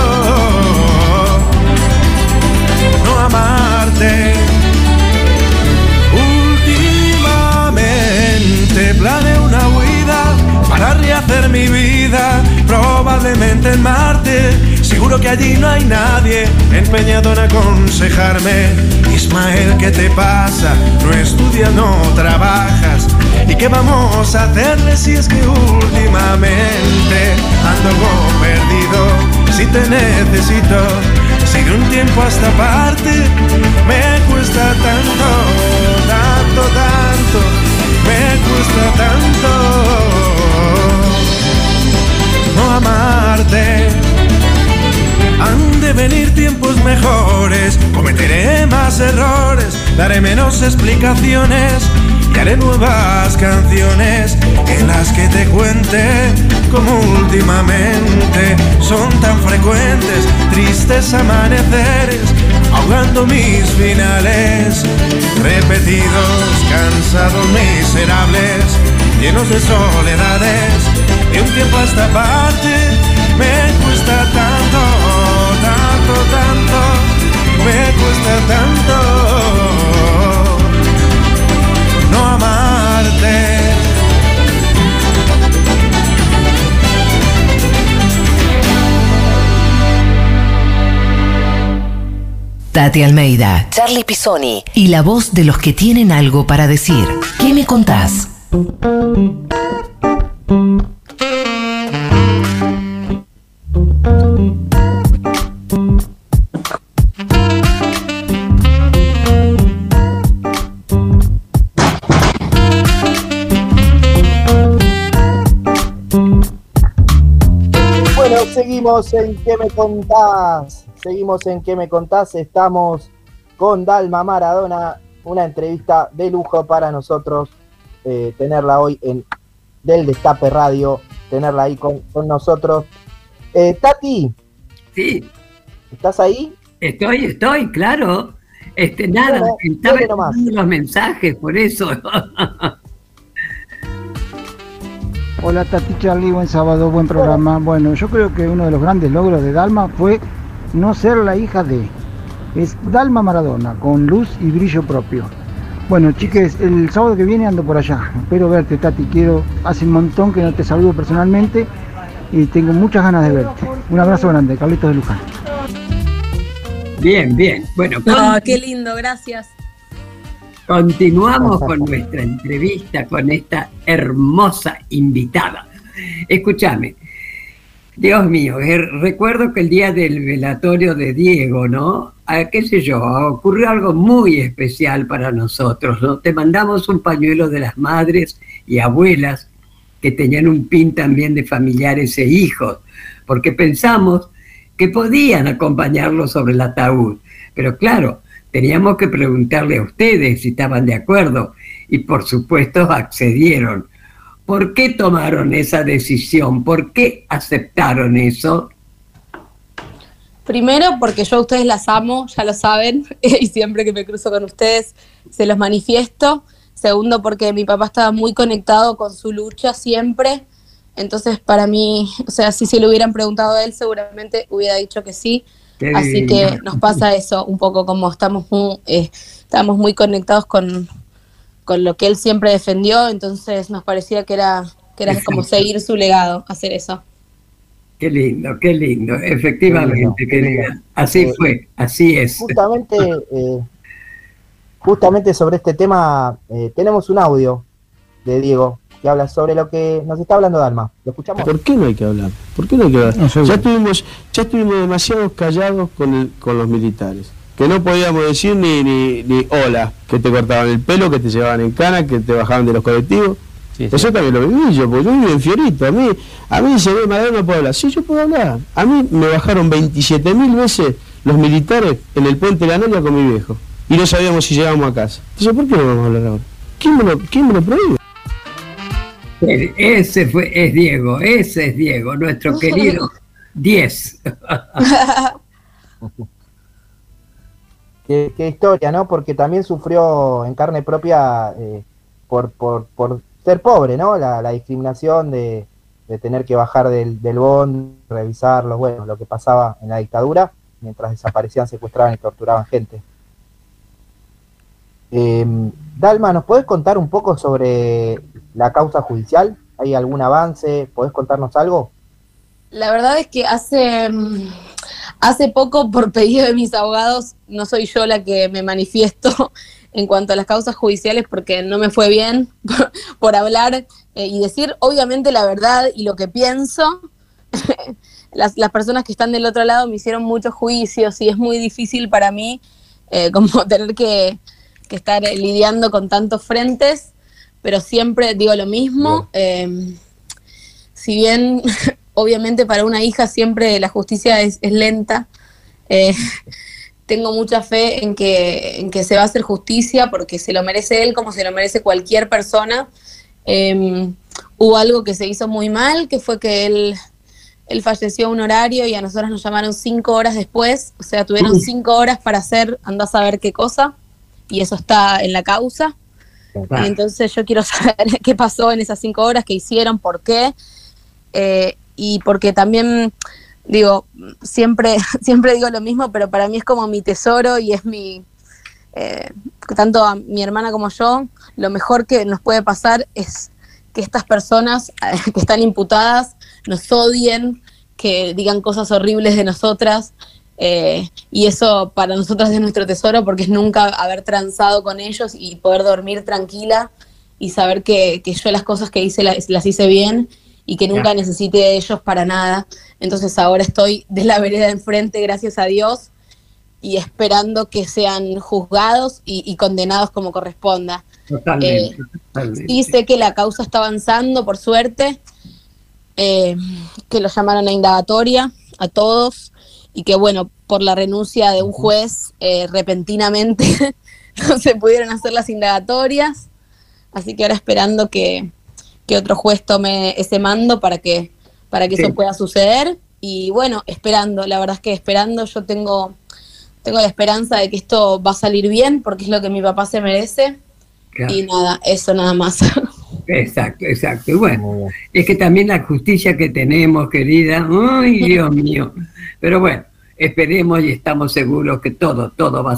no amarte. Últimamente planeo una huida para rehacer mi vida, probablemente en Marte. Seguro que allí no hay nadie empeñado en aconsejarme. Ismael, ¿qué te pasa? No estudias, no trabajas. ¿Y qué vamos a hacerle si es que últimamente ando algo perdido? Si te necesito, si de un tiempo a esta parte me cuesta tanto, me cuesta tanto no amarte. Han de venir tiempos mejores, cometeré más errores, daré menos explicaciones y haré nuevas canciones en las que te cuente como últimamente son tan frecuentes tristes amaneceres, ahogando mis finales, repetidos, cansados, miserables, llenos de soledades. De un tiempo a esta parte me cuesta tanto, me cuesta tanto Tati Almeida, Charlie Pisoni y la voz de los que tienen algo para decir. ¿Qué me contás? Bueno, seguimos en ¿Qué me contás? Estamos con Dalma Maradona, una entrevista de lujo para nosotros, tenerla hoy en Del Destape Radio, tenerla ahí con nosotros. Tati. Sí. ¿Estás ahí? Estoy, claro. Nada, Bueno, estaba escuchando los mensajes, por eso. Hola Tati, Charlie, buen sábado, buen programa. Bueno, yo creo que uno de los grandes logros de Dalma fue no ser la hija de. Es Dalma Maradona, con luz y brillo propio. Bueno, chiques, el sábado que viene ando por allá. Espero verte, Tati. Hace un montón que no te saludo personalmente y tengo muchas ganas de verte. Un abrazo grande, Carlitos de Luján. Bien. Bueno, qué lindo, gracias. Continuamos con nuestra entrevista con esta hermosa invitada. Escúchame, Dios mío, recuerdo que el día del velatorio de Diego, ¿no? Qué sé yo, ocurrió algo muy especial para nosotros, ¿no? Te mandamos un pañuelo de las madres y abuelas que tenían un pin también de familiares e hijos, porque pensamos que podían acompañarlos sobre el ataúd. Pero claro, teníamos que preguntarle a ustedes si estaban de acuerdo y por supuesto accedieron. ¿Por qué tomaron esa decisión? ¿Por qué aceptaron eso? Primero, porque yo a ustedes las amo, ya lo saben, y siempre que me cruzo con ustedes se los manifiesto. Segundo, porque mi papá estaba muy conectado con su lucha siempre. Entonces, para mí, o sea, si se lo hubieran preguntado a él, seguramente hubiera dicho que sí. Así que nos pasa eso, un poco como estamos muy conectados con lo que él siempre defendió, entonces nos parecía que era como seguir su legado, hacer eso. Qué lindo, efectivamente, querida. Así fue, así es. Justamente sobre este tema tenemos un audio de Diego que habla sobre lo que nos está hablando Dalma. ¿Lo escuchamos? ¿Por qué no hay que hablar? No, ya estuvimos demasiado callados con los militares. Que no podíamos decir ni hola, que te cortaban el pelo, que te llevaban en cana, que te bajaban de los colectivos. Sí. Eso también lo viví yo, porque yo vivo en Fiorito. A mí dice, Maradona no puedo hablar. Sí, yo puedo hablar. A mí me bajaron 27.000 veces los militares en el puente de la Noria con mi viejo. Y no sabíamos si llegábamos a casa. Entonces, ¿por qué no vamos a hablar ahora? ¿Quién me lo prohíbe? Ese es Diego, nuestro querido 10. Qué historia, ¿no? Porque también sufrió en carne propia por ser pobre, ¿no? La discriminación de tener que bajar del bondi, revisarlos, bueno, lo que pasaba en la dictadura, mientras desaparecían, secuestraban y torturaban gente. Dalma, ¿nos podés contar un poco sobre la causa judicial? ¿Hay algún avance? ¿Podés contarnos algo? La verdad es que hace poco, por pedido de mis abogados, no soy yo la que me manifiesto en cuanto a las causas judiciales porque no me fue bien por hablar y decir obviamente la verdad y lo que pienso. Las personas que están del otro lado me hicieron muchos juicios y es muy difícil para mí como tener que estar lidiando con tantos frentes, pero siempre digo lo mismo. Si bien obviamente para una hija siempre la justicia es lenta, tengo mucha fe en que se va a hacer justicia porque se lo merece él como se lo merece cualquier persona. Hubo algo que se hizo muy mal, que fue que él falleció a un horario y a nosotros nos llamaron 5 horas después, o sea, tuvieron 5 horas para hacer andá a saber qué cosa, y eso está en la causa. Entonces yo quiero saber qué pasó en esas 5 horas, qué hicieron, por qué, y porque también digo, siempre digo lo mismo, pero para mí es como mi tesoro y es tanto a mi hermana como yo, lo mejor que nos puede pasar es que estas personas que están imputadas nos odien, que digan cosas horribles de nosotras, y eso para nosotras es nuestro tesoro, porque es nunca haber transado con ellos y poder dormir tranquila y saber que yo las cosas que hice las hice bien y que nunca necesité de ellos para nada. Entonces ahora estoy de la vereda de enfrente, gracias a Dios, y esperando que sean juzgados y condenados como corresponda. Totalmente. Sí sé que la causa está avanzando, por suerte, que los llamaron a indagatoria a todos, y que bueno, por la renuncia de un juez repentinamente no se pudieron hacer las indagatorias, así que ahora esperando que otro juez tome ese mando para que eso pueda suceder, y bueno, esperando, la verdad es que esperando, yo tengo la esperanza de que esto va a salir bien, porque es lo que mi papá se merece, y nada, eso nada más. Exacto. Y bueno, es que también la justicia que tenemos, querida, ¡ay, Dios mío! Pero bueno, esperemos y estamos seguros que todo va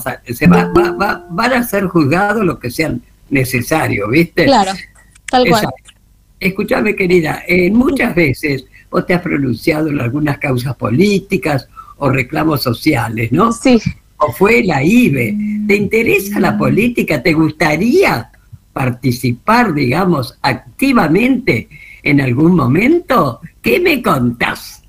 a van a ser juzgados lo que sean necesario, ¿viste? Claro, tal cual. Escúchame, querida, muchas veces vos te has pronunciado en algunas causas políticas o reclamos sociales, ¿no? Sí. O fue la IBE. ¿Te interesa la política? ¿Te gustaría participar, digamos, activamente en algún momento? ¿Qué me contás?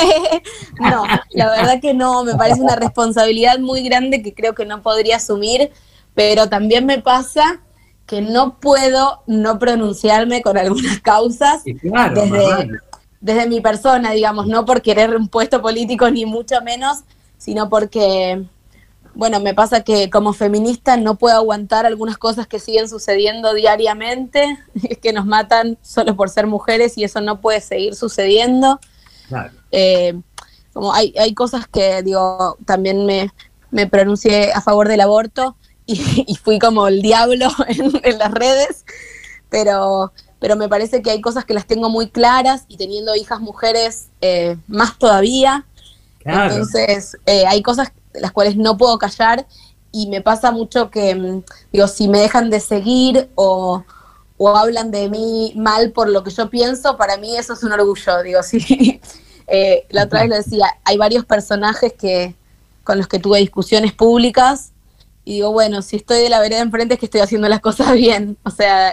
No, la verdad que no, me parece una responsabilidad muy grande que creo que no podría asumir, pero también me pasa que no puedo no pronunciarme con algunas causas, claro, desde mi persona, digamos, no por querer un puesto político ni mucho menos, sino porque, bueno, me pasa que como feminista no puedo aguantar algunas cosas que siguen sucediendo diariamente, que nos matan solo por ser mujeres, y eso no puede seguir sucediendo. Claro. Como hay cosas que, digo, también me pronuncié a favor del aborto y fui como el diablo en las redes, pero me parece que hay cosas que las tengo muy claras, y teniendo hijas mujeres más todavía. Claro. Entonces hay cosas las cuales no puedo callar, y me pasa mucho que, digo, si me dejan de seguir o hablan de mí mal por lo que yo pienso, para mí eso es un orgullo, digo, sí. La otra vez lo decía, hay varios personajes con los que tuve discusiones públicas, y digo, bueno, si estoy de la vereda enfrente es que estoy haciendo las cosas bien. O sea,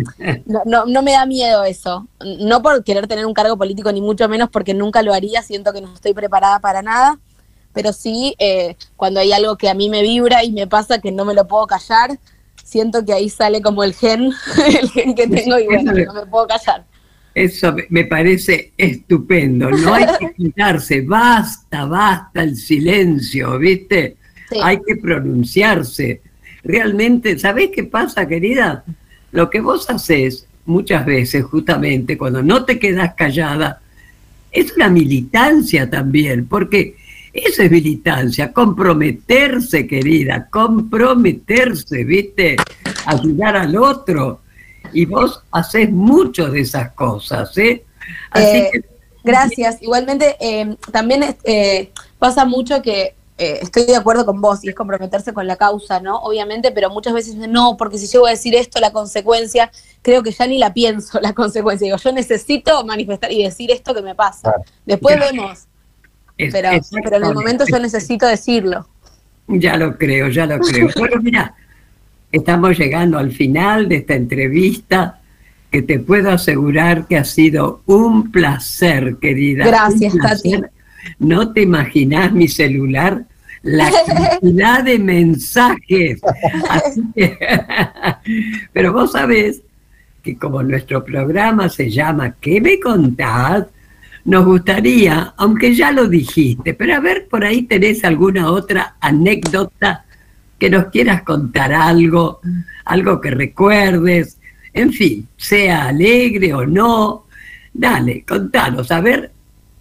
no me da miedo eso. No por querer tener un cargo político, ni mucho menos, porque nunca lo haría, siento que no estoy preparada para nada, pero sí, cuando hay algo que a mí me vibra y me pasa que no me lo puedo callar, siento que ahí sale como el gen que tengo, y bueno, no me puedo callar. Eso me parece estupendo, no hay que quitarse, basta el silencio, ¿viste? Sí. Hay que pronunciarse. Realmente, ¿sabés qué pasa, querida? Lo que vos haces muchas veces, justamente, cuando no te quedás callada, es una militancia también, porque eso es militancia, comprometerse, querida, comprometerse, ¿viste? Ayudar al otro. Y vos hacés mucho de esas cosas, ¿eh? Así que... Gracias. Igualmente, también pasa mucho que estoy de acuerdo con vos, y es comprometerse con la causa, ¿no? Obviamente, pero muchas veces no, porque si llego a decir esto, la consecuencia, creo que ya ni la pienso, la consecuencia. Digo, yo necesito manifestar y decir esto que me pasa. Después vemos. Pero en el momento yo necesito decirlo. Ya lo creo. Bueno, mira, estamos llegando al final de esta entrevista, que te puedo asegurar que ha sido un placer, querida. Gracias, Tati. No te imaginás mi celular, la cantidad de mensajes. Así que, pero vos sabés que como nuestro programa se llama ¿Qué me contás?, nos gustaría, aunque ya lo dijiste, pero a ver, por ahí tenés alguna otra anécdota que nos quieras contar, algo que recuerdes, en fin, sea alegre o no. Dale, contanos, a ver,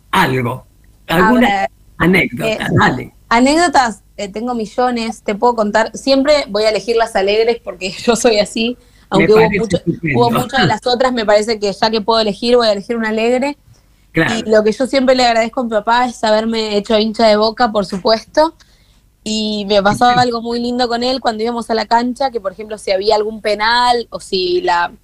alguna anécdota, dale. Anécdotas, tengo millones, te puedo contar, siempre voy a elegir las alegres porque yo soy así, aunque hubo muchas de las otras, me parece que ya que puedo elegir, voy a elegir una alegre. Claro. Y lo que yo siempre le agradezco a mi papá es haberme hecho hincha de Boca, por supuesto, y me pasaba algo muy lindo con él cuando íbamos a la cancha, que por ejemplo si había algún penal o si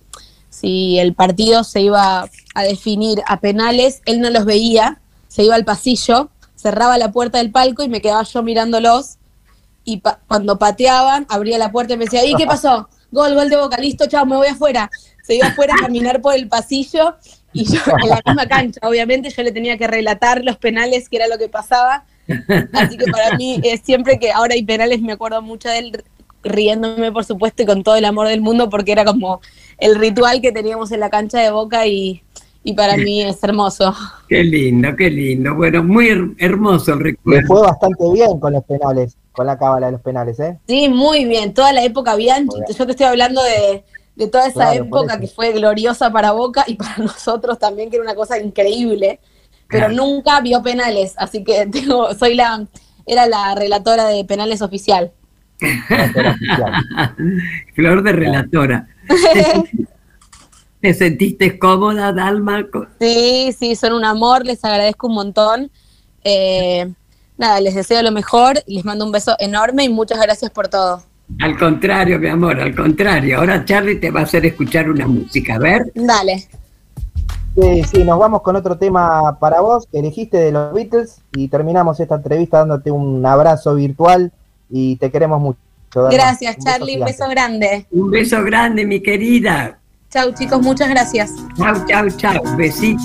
el partido se iba a definir a penales, él no los veía, se iba al pasillo, cerraba la puerta del palco y me quedaba yo mirándolos. Y cuando pateaban, abría la puerta y me decía, ¿y qué pasó? Gol de Boca, listo, chao, me voy afuera. Se iba afuera a caminar por el pasillo y yo en la misma cancha, obviamente, yo le tenía que relatar los penales, que era lo que pasaba. Así que para mí, siempre que ahora hay penales, me acuerdo mucho de él, riéndome, por supuesto, y con todo el amor del mundo, porque era como el ritual que teníamos en la cancha de Boca y para mí es hermoso. Qué lindo. Bueno, muy hermoso el recuerdo. Le fue bastante bien con los penales, con la cábala de los penales, ¿eh? Sí, muy bien. Toda la época Bianchi, yo te estoy hablando de toda esa época que fue gloriosa para Boca y para nosotros también, que era una cosa increíble, pero nunca vio penales, así que era la relatora de penales oficial. Flor de relatora. ¿Te sentiste cómoda, Dalma? Sí, son un amor, les agradezco un montón. Nada, les deseo lo mejor, les mando un beso enorme y muchas gracias por todo. Al contrario, mi amor, al contrario. Ahora Charly te va a hacer escuchar una música, a ver. Dale. Sí, nos vamos con otro tema para vos, que elegiste de los Beatles, y terminamos esta entrevista dándote un abrazo virtual y te queremos mucho. Gracias, Charly, un beso grande. Un beso grande, mi querida. Chau, chicos, muchas gracias. Chau, besito.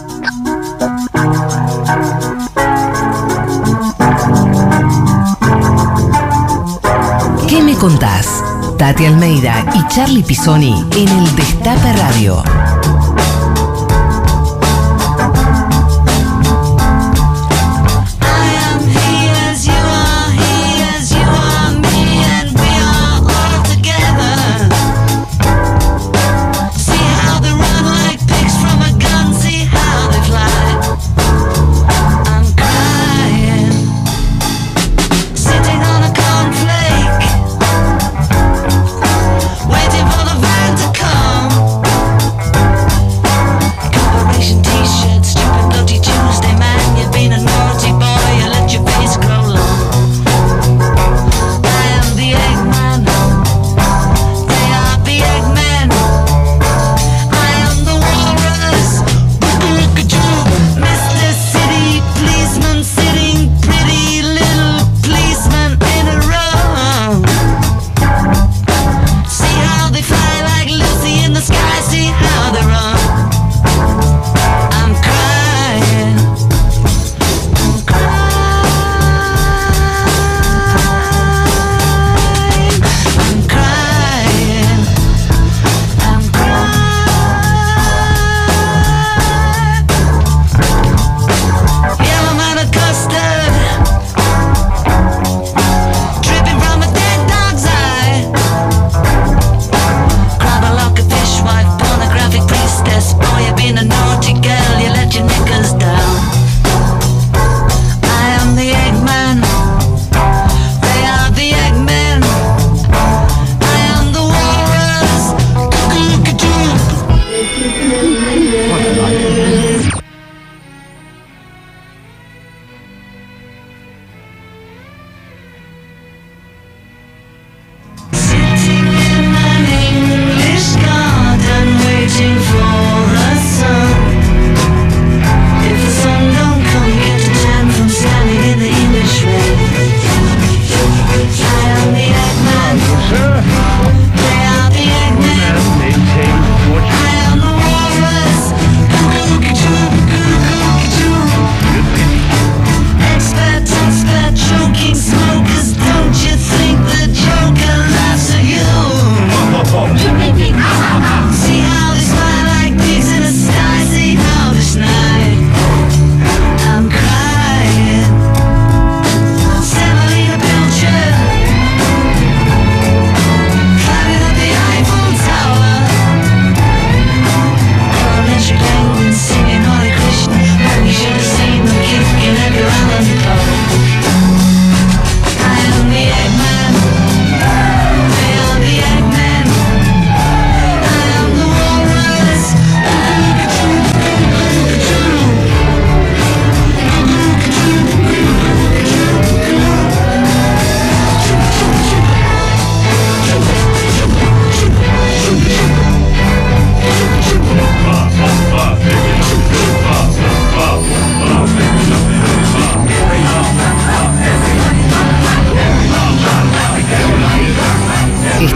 ¿Qué me contás? Tati Almeida y Charly Pisoni en el Destape Radio. Smokers, don't you think the Joker laughs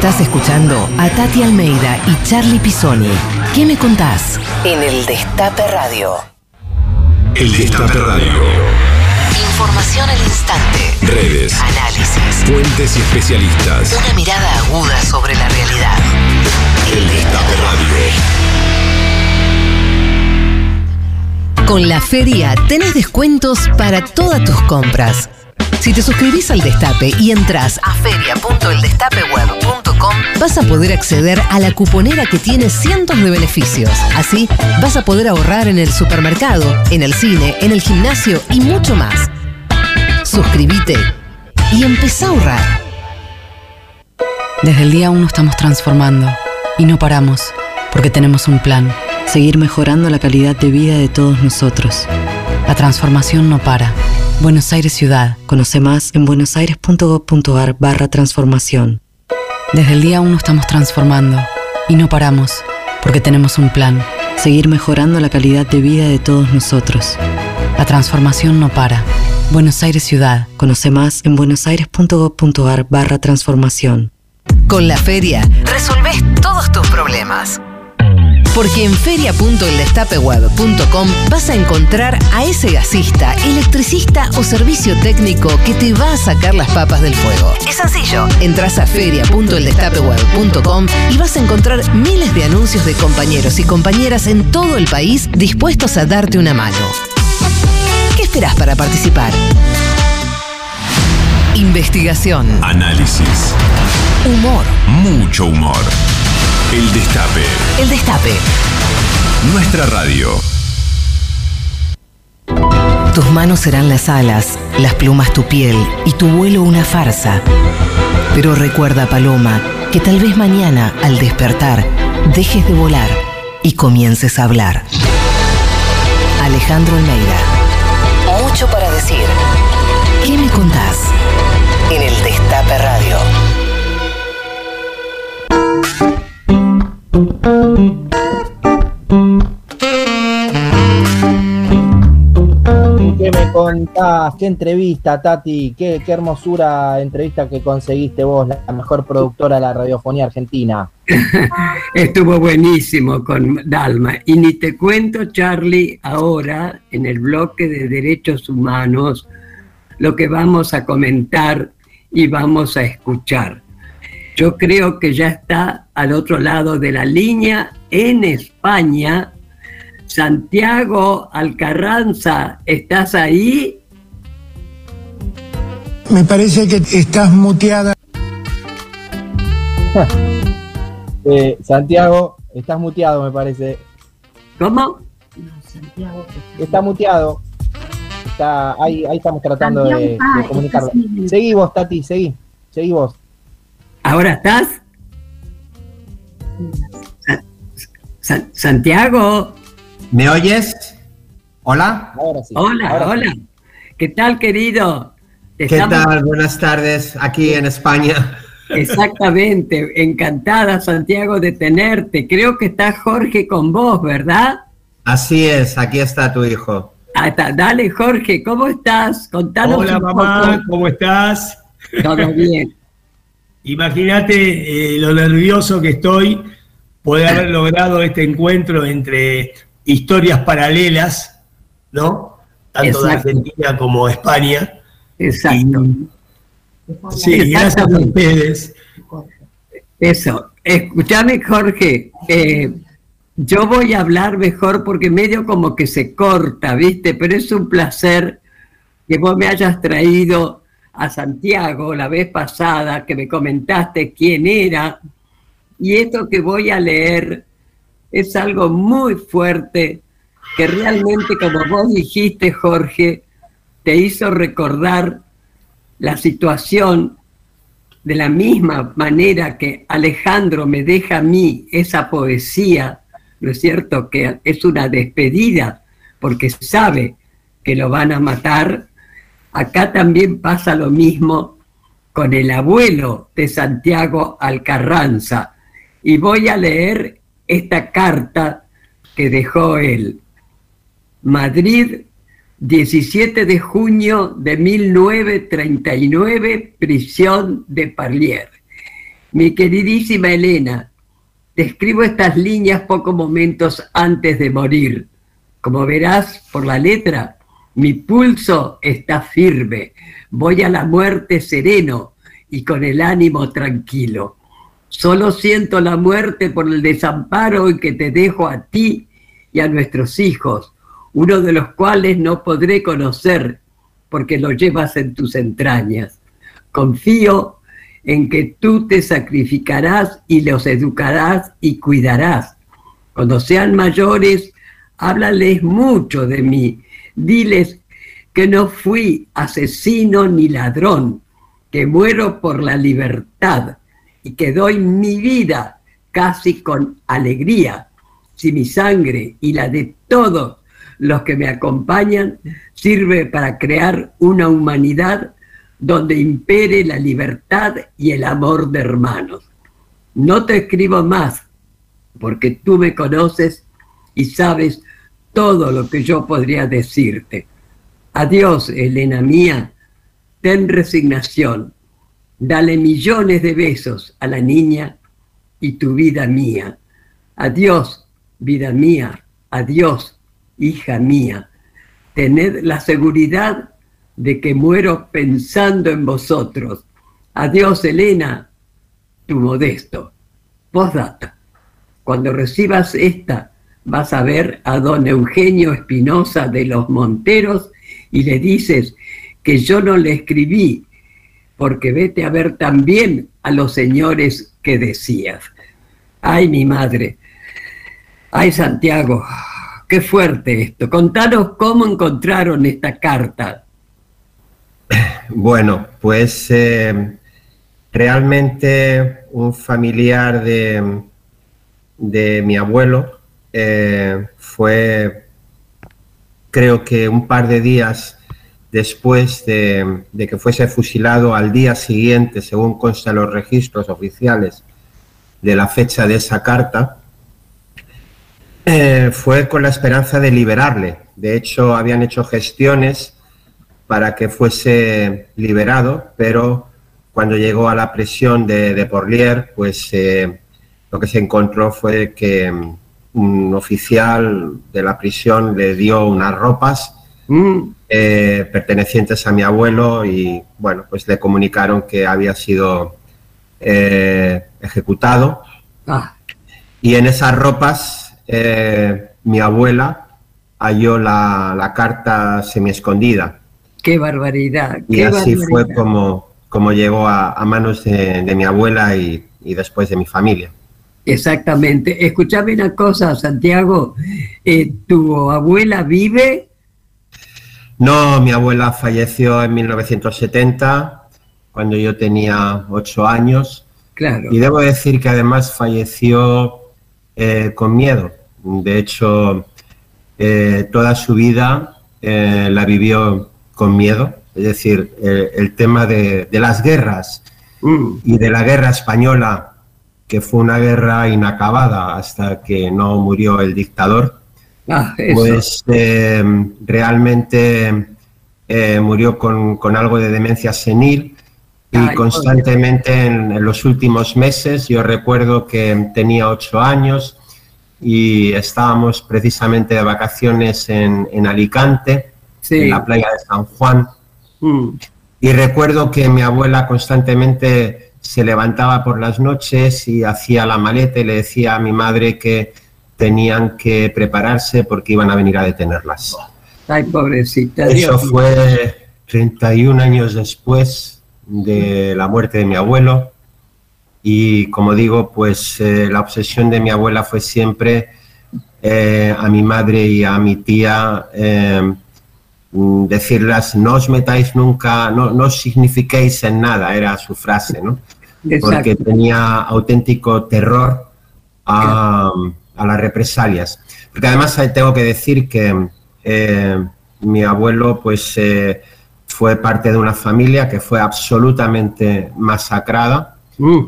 Estás escuchando a Tati Almeida y Charlie Pisoni. ¿Qué me contás? En el Destape Radio. El Destape Radio. Información al instante. Redes. Análisis. Fuentes y especialistas. Una mirada aguda sobre la realidad. El Destape Radio. Con la feria tenés descuentos para todas tus compras. Si te suscribís al Destape y entras a feria.eldestapeweb.com, vas a poder acceder a la cuponera que tiene cientos de beneficios. Así, vas a poder ahorrar en el supermercado, en el cine, en el gimnasio y mucho más. Suscríbete y empezá a ahorrar. Desde el día 1 estamos transformando y no paramos, porque tenemos un plan: seguir mejorando la calidad de vida de todos nosotros. La transformación no para. Buenos Aires Ciudad. Conoce más en buenosaires.gov.ar/transformación. Desde el día 1 estamos transformando y no paramos, porque tenemos un plan: seguir mejorando la calidad de vida de todos nosotros. La transformación no para. Buenos Aires Ciudad. Conoce más en buenosaires.gov.ar/transformación. Con la feria resolvés todos tus problemas. Porque en feria.eldestapeweb.com vas a encontrar a ese gasista, electricista o servicio técnico que te va a sacar las papas del fuego. Es sencillo. Entrás a feria.eldestapeweb.com y vas a encontrar miles de anuncios de compañeros y compañeras en todo el país dispuestos a darte una mano. ¿Qué esperás para participar? Investigación. Análisis. Humor. Mucho humor. El Destape. El Destape. Nuestra radio. Tus manos serán las alas, las plumas tu piel y tu vuelo una farsa. Pero recuerda, Paloma, que tal vez mañana, al despertar, dejes de volar y comiences a hablar. Alejandro Almeida. Mucho para decir. ¿Qué me contás? En el Destape Radio. ¿Qué me contás? ¿Qué entrevista, Tati? ¿Qué hermosura entrevista que conseguiste vos, la mejor productora de la radiofonía argentina? Estuvo buenísimo con Dalma. Y ni te cuento, Charlie, ahora en el bloque de derechos humanos, lo que vamos a comentar y vamos a escuchar. Yo creo que ya está al otro lado de la línea, en España, Santiago Alcarranza. ¿Estás ahí? Me parece que estás muteada. Santiago, estás muteado, me parece. ¿Cómo? No, Santiago. Está muteado. Ahí estamos tratando de comunicarlo. Seguí vos, Tati, seguí vos. ¿Ahora estás? Santiago. ¿Me oyes? ¿Hola? Ahora sí. Hola. Sí. ¿Qué tal, querido? ¿Qué tal? Buenas tardes, aquí en España. Exactamente. Encantada, Santiago, de tenerte. Creo que está Jorge con vos, ¿verdad? Así es, aquí está tu hijo. Dale, Jorge, ¿cómo estás? Contanos. Hola, mamá, ¿cómo estás? Todo bien. Imagínate lo nervioso que estoy poder haber logrado este encuentro entre historias paralelas, ¿no? Tanto de Argentina como de España. Exacto. Sí, gracias a ustedes. Eso. Escúchame, Jorge. Yo voy a hablar mejor porque medio como que se corta, ¿viste? Pero es un placer que vos me hayas traído a Santiago la vez pasada, que me comentaste quién era, y esto que voy a leer es algo muy fuerte, que realmente, como vos dijiste, Jorge, te hizo recordar la situación de la misma manera que Alejandro me deja a mí esa poesía, ¿no es cierto?, que es una despedida, porque sabe que lo van a matar. Acá también pasa lo mismo con el abuelo de Santiago Alcarranza. Y voy a leer esta carta que dejó él. Madrid, 17 de junio de 1939, prisión de Parlier. Mi queridísima Elena, te escribo estas líneas pocos momentos antes de morir. Como verás por la letra, mi pulso está firme. Voy a la muerte sereno y con el ánimo tranquilo. Solo siento la muerte por el desamparo en que te dejo a ti y a nuestros hijos, uno de los cuales no podré conocer porque lo llevas en tus entrañas. Confío en que tú te sacrificarás y los educarás y cuidarás. Cuando sean mayores, háblales mucho de mí. Diles que no fui asesino ni ladrón, que muero por la libertad y que doy mi vida casi con alegría, si mi sangre y la de todos los que me acompañan sirve para crear una humanidad donde impere la libertad y el amor de hermanos. No te escribo más, porque tú me conoces y sabes todo lo que yo podría decirte. Adiós, Elena mía, ten resignación, dale millones de besos a la niña y tu vida mía. Adiós, vida mía, adiós, hija mía. Tened la seguridad de que muero pensando en vosotros. Adiós, Elena, tu Modesto. Postdata. Cuando recibas esta, vas a ver a don Eugenio Espinosa de los Monteros y le dices que yo no le escribí, porque vete a ver también a los señores que decías. Ay, mi madre. Ay, Santiago, qué fuerte esto. Contanos cómo encontraron esta carta. Bueno, pues realmente un familiar de mi abuelo fue, creo que un par de días después de que fuese fusilado, al día siguiente, según consta en los registros oficiales de la fecha de esa carta, fue con la esperanza de liberarle. De hecho, habían hecho gestiones para que fuese liberado, pero cuando llegó a la prisión de Porlier, pues lo que se encontró fue que un oficial de la prisión le dio unas ropas pertenecientes a mi abuelo y, bueno, pues le comunicaron que había sido ejecutado. Y en esas ropas mi abuela halló la carta semiescondida. ¡Qué barbaridad! Y así fue como llegó a manos de mi abuela y después de mi familia. Exactamente. Escuchame una cosa, Santiago. ¿Tu abuela vive? No, mi abuela falleció en 1970, cuando yo tenía 8 años. Claro. Y debo decir que además falleció con miedo. De hecho, toda su vida la vivió con miedo. Es decir, el tema de las guerras y de la guerra española, que fue una guerra inacabada hasta que no murió el dictador, pues realmente murió con algo de demencia senil y constantemente en los últimos meses, yo recuerdo que tenía 8 años y estábamos precisamente de vacaciones en Alicante, en la playa de San Juan, y recuerdo que mi abuela constantemente se levantaba por las noches y hacía la maleta y le decía a mi madre que tenían que prepararse porque iban a venir a detenerlas. Ay, pobrecita. Eso fue 31 años después de la muerte de mi abuelo y, como digo, pues la obsesión de mi abuela fue siempre a mi madre y a mi tía decirlas: no os metáis nunca, no os signifiquéis en nada, era su frase, ¿no? Porque tenía auténtico terror a las represalias. Porque además tengo que decir que mi abuelo pues fue parte de una familia que fue absolutamente masacrada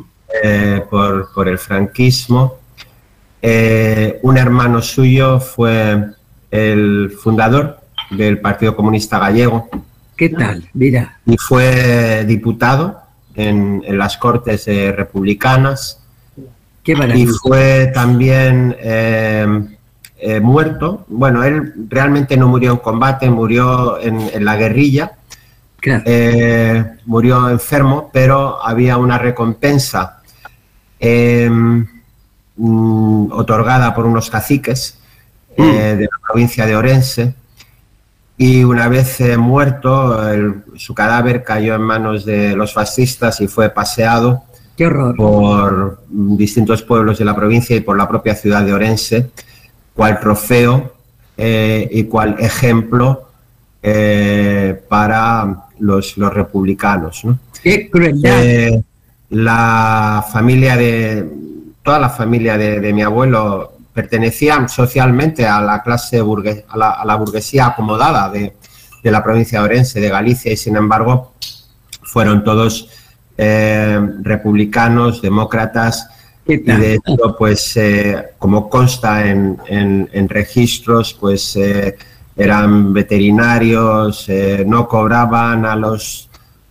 por el franquismo. Un hermano suyo fue el fundador del Partido Comunista Gallego. ¿Qué tal? Mira. Y fue diputado en las Cortes republicanas. Qué y fue también muerto. Bueno, él realmente no murió en combate, murió en la guerrilla. Claro. Murió enfermo, pero había una recompensa otorgada por unos caciques de la provincia de Orense, y una vez muerto, su cadáver cayó en manos de los fascistas y fue paseado por distintos pueblos de la provincia y por la propia ciudad de Orense, cual trofeo y cual ejemplo para los republicanos, ¿no? ¡Qué crueldad! Toda la familia de mi abuelo pertenecían socialmente a la clase a la burguesía acomodada de la provincia de Orense, de Galicia, y sin embargo fueron todos republicanos, demócratas, y de hecho, pues como consta en registros, pues eran veterinarios, no cobraban a sus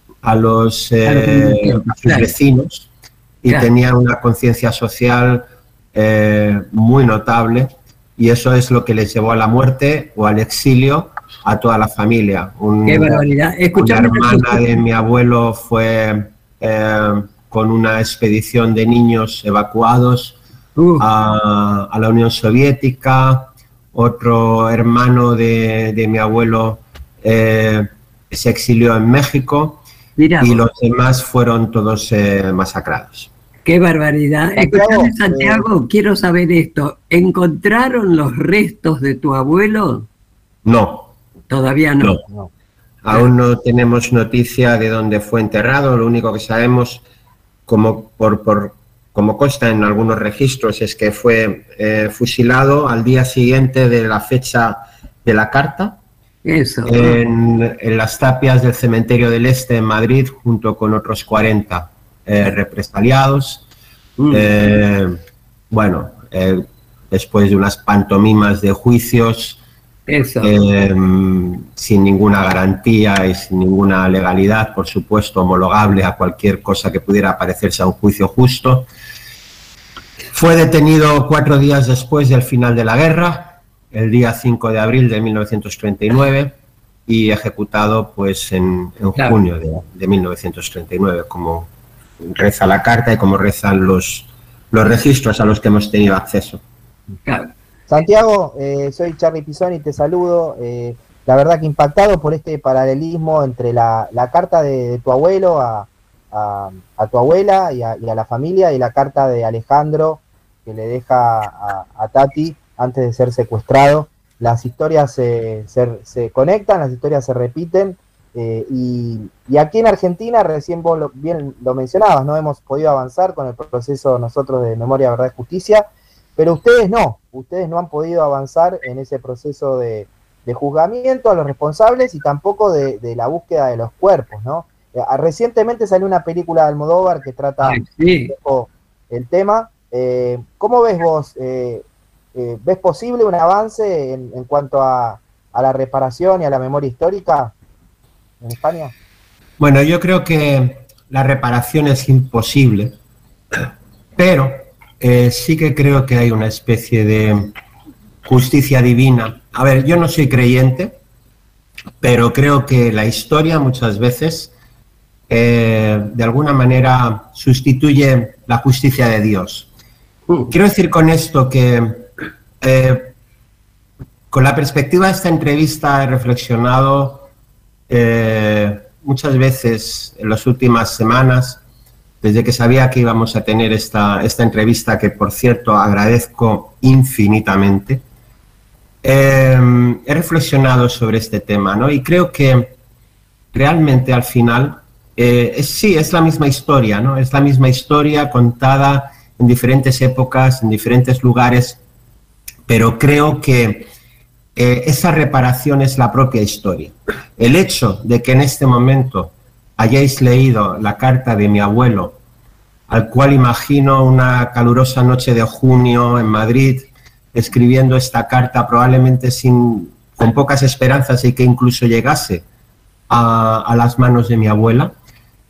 vecinos, y tenían una conciencia social muy notable, y eso es lo que les llevó a la muerte o al exilio a toda la familia. ¡Qué barbaridad! Una hermana de mi abuelo fue con una expedición de niños evacuados a la Unión Soviética. Otro hermano de mi abuelo se exilió en México. Mira, y los demás fueron todos masacrados. ¡Qué barbaridad! Escuchame, Santiago, quiero saber esto. ¿Encontraron los restos de tu abuelo? No. ¿Todavía no? No. Aún no tenemos noticia de dónde fue enterrado. Lo único que sabemos, como consta en algunos registros, es que fue fusilado al día siguiente de la fecha de la carta. Eso. En las tapias del Cementerio del Este en Madrid, junto con otros 40 represaliados. Bueno, después de unas pantomimas de juicios, sin ninguna garantía y sin ninguna legalidad, por supuesto, homologable a cualquier cosa que pudiera parecerse a un juicio justo. Fue detenido 4 días después del final de la guerra, el día 5 de abril de 1939, y ejecutado pues en junio de 1939, como reza la carta y como rezan los registros a los que hemos tenido acceso. Claro. Santiago, soy Charly Pisoni, te saludo. La verdad que impactado por este paralelismo entre la carta de tu abuelo a tu abuela y a la familia, y la carta de Alejandro que le deja a Tati antes de ser secuestrado. Las historias se conectan, las historias se repiten, y aquí en Argentina, recién vos bien lo mencionabas, no hemos podido avanzar con el proceso nosotros de Memoria, Verdad y Justicia, pero ustedes no han podido avanzar en ese proceso de juzgamiento a los responsables y tampoco de la búsqueda de los cuerpos, ¿no? Recientemente salió una película de Almodóvar que trata el tema. ¿Cómo ves vos? ¿Ves posible un avance en cuanto a la reparación y a la memoria histórica en España? Bueno, yo creo que la reparación es imposible, pero sí que creo que hay una especie de justicia divina. A ver, yo no soy creyente, pero creo que la historia muchas veces de alguna manera sustituye la justicia de Dios. Quiero decir con esto que con la perspectiva de esta entrevista he reflexionado muchas veces en las últimas semanas, desde que sabía que íbamos a tener esta entrevista, que por cierto agradezco infinitamente. He reflexionado sobre este tema, ¿no? Y creo que realmente al final es la misma historia, ¿no? Es la misma historia contada en diferentes épocas, en diferentes lugares, pero creo que esa reparación es la propia historia. El hecho de que en este momento hayáis leído la carta de mi abuelo, al cual imagino una calurosa noche de junio en Madrid, escribiendo esta carta probablemente con pocas esperanzas y que incluso llegase a las manos de mi abuela,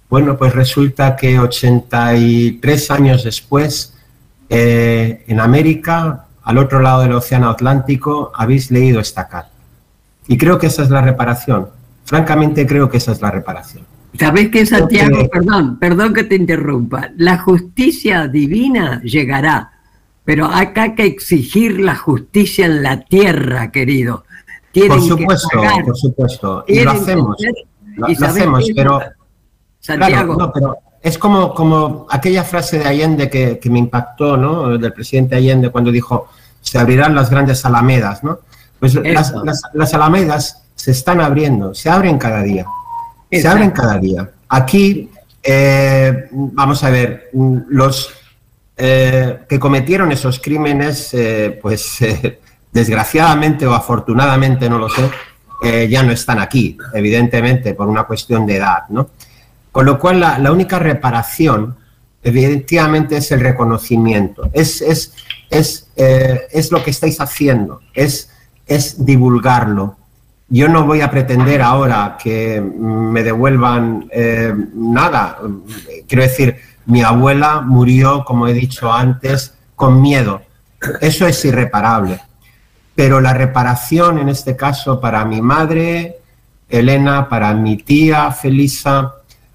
Bueno, pues resulta que 83 años después, en América, al otro lado del Océano Atlántico, habéis leído esta carta. Y creo que esa es la reparación. Francamente, creo que esa es la reparación. ¿Sabés qué, Santiago? Perdón que te interrumpa. La justicia divina llegará, pero acá hay que exigir la justicia en la tierra, querido. Por supuesto. Y lo hacemos. Lo hacemos, pero... Santiago. Claro, no, pero es como aquella frase de Allende que me impactó, ¿no? Del presidente Allende cuando dijo, se abrirán las grandes alamedas, ¿no? Pues las alamedas se están abriendo, se abren cada día. Se abren cada día. Aquí, vamos a ver, los que cometieron esos crímenes, desgraciadamente o afortunadamente, no lo sé, ya no están aquí, evidentemente, por una cuestión de edad, ¿no? Con lo cual, la única reparación, evidentemente, es el reconocimiento, es lo que estáis haciendo, es divulgarlo. Yo no voy a pretender ahora que me devuelvan nada. Quiero decir, mi abuela murió, como he dicho antes, con miedo. Eso es irreparable. Pero la reparación, en este caso, para mi madre, Elena, para mi tía, Felisa,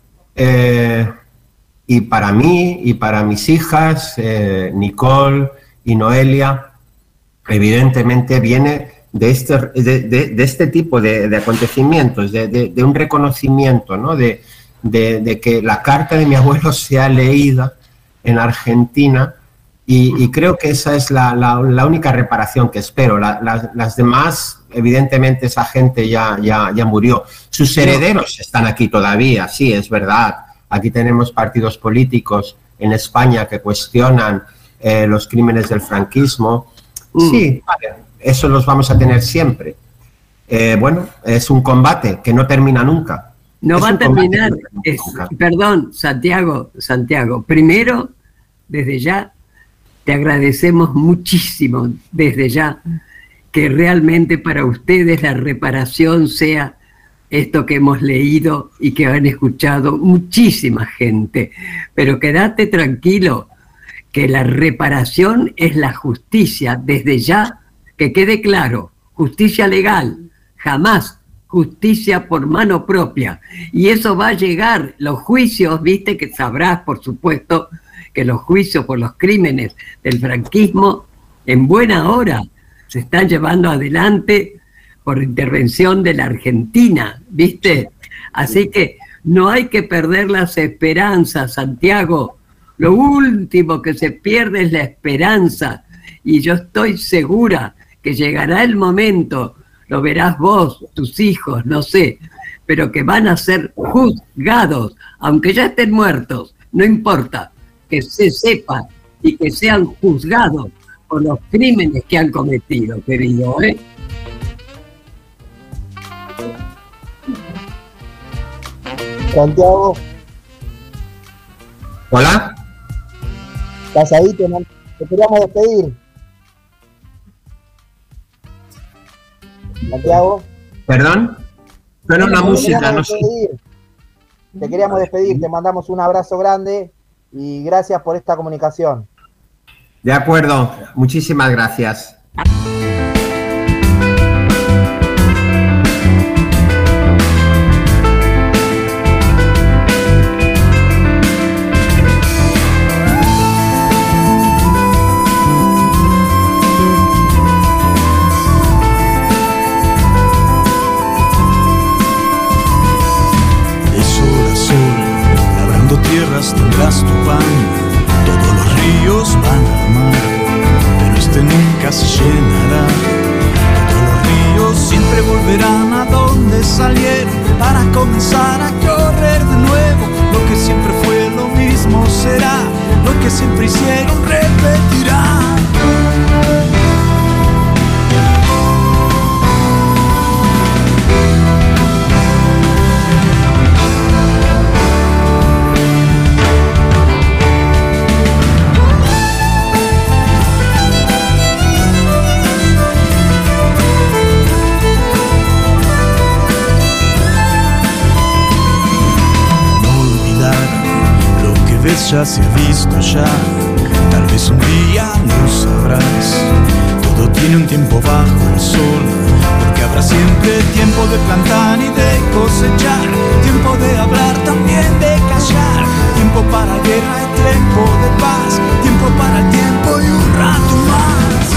y para mí, y para mis hijas, Nicole y Noelia, evidentemente viene de este tipo de acontecimientos, de un reconocimiento, ¿no? de que la carta de mi abuelo sea leída en Argentina, y creo que esa es la única reparación que espero. Las demás, evidentemente, esa gente ya murió. Sus herederos están aquí todavía, sí, es verdad. Aquí tenemos partidos políticos en España que cuestionan los crímenes del franquismo. Sí, vale, eso los vamos a tener siempre. Bueno, es un combate que no termina nunca. No va a terminar. Perdón, Santiago, primero, desde ya, te agradecemos muchísimo, desde ya, que realmente para ustedes la reparación sea esto que hemos leído y que han escuchado muchísima gente. Pero quédate tranquilo, que la reparación es la justicia, desde ya, que quede claro, justicia legal, jamás justicia por mano propia. Y eso va a llegar, los juicios, viste que sabrás, por supuesto, que los juicios por los crímenes del franquismo, en buena hora, se están llevando adelante por intervención de la Argentina, ¿viste? Así que no hay que perder las esperanzas, Santiago. Lo último que se pierde es la esperanza, y yo estoy segura que llegará el momento, lo verás vos, tus hijos, no sé, pero que van a ser juzgados, aunque ya estén muertos, no importa, que se sepa y que sean juzgados por los crímenes que han cometido, querido, ¿eh? Santiago. Hola. ¿Estás ahí? Te queríamos despedir. Santiago. ¿Perdón? Pero la música, no sé. Te queríamos despedir, te mandamos un abrazo grande y gracias por esta comunicación. De acuerdo, muchísimas gracias. Tendrás tu pan, todos los ríos van al mar, pero este nunca se llenará. Todos los ríos siempre volverán a donde salieron para comenzar a correr de nuevo. Lo que siempre fue lo mismo será, lo que siempre hicieron repetirá. nunca se ha visto allá. Tal vez un día lo sabrás. Todo tiene un tiempo bajo el sol, porque habrá siempre tiempo de plantar y de cosechar, tiempo de hablar, también de callar, tiempo para guerra y tiempo de paz, tiempo para el tiempo y un rato más.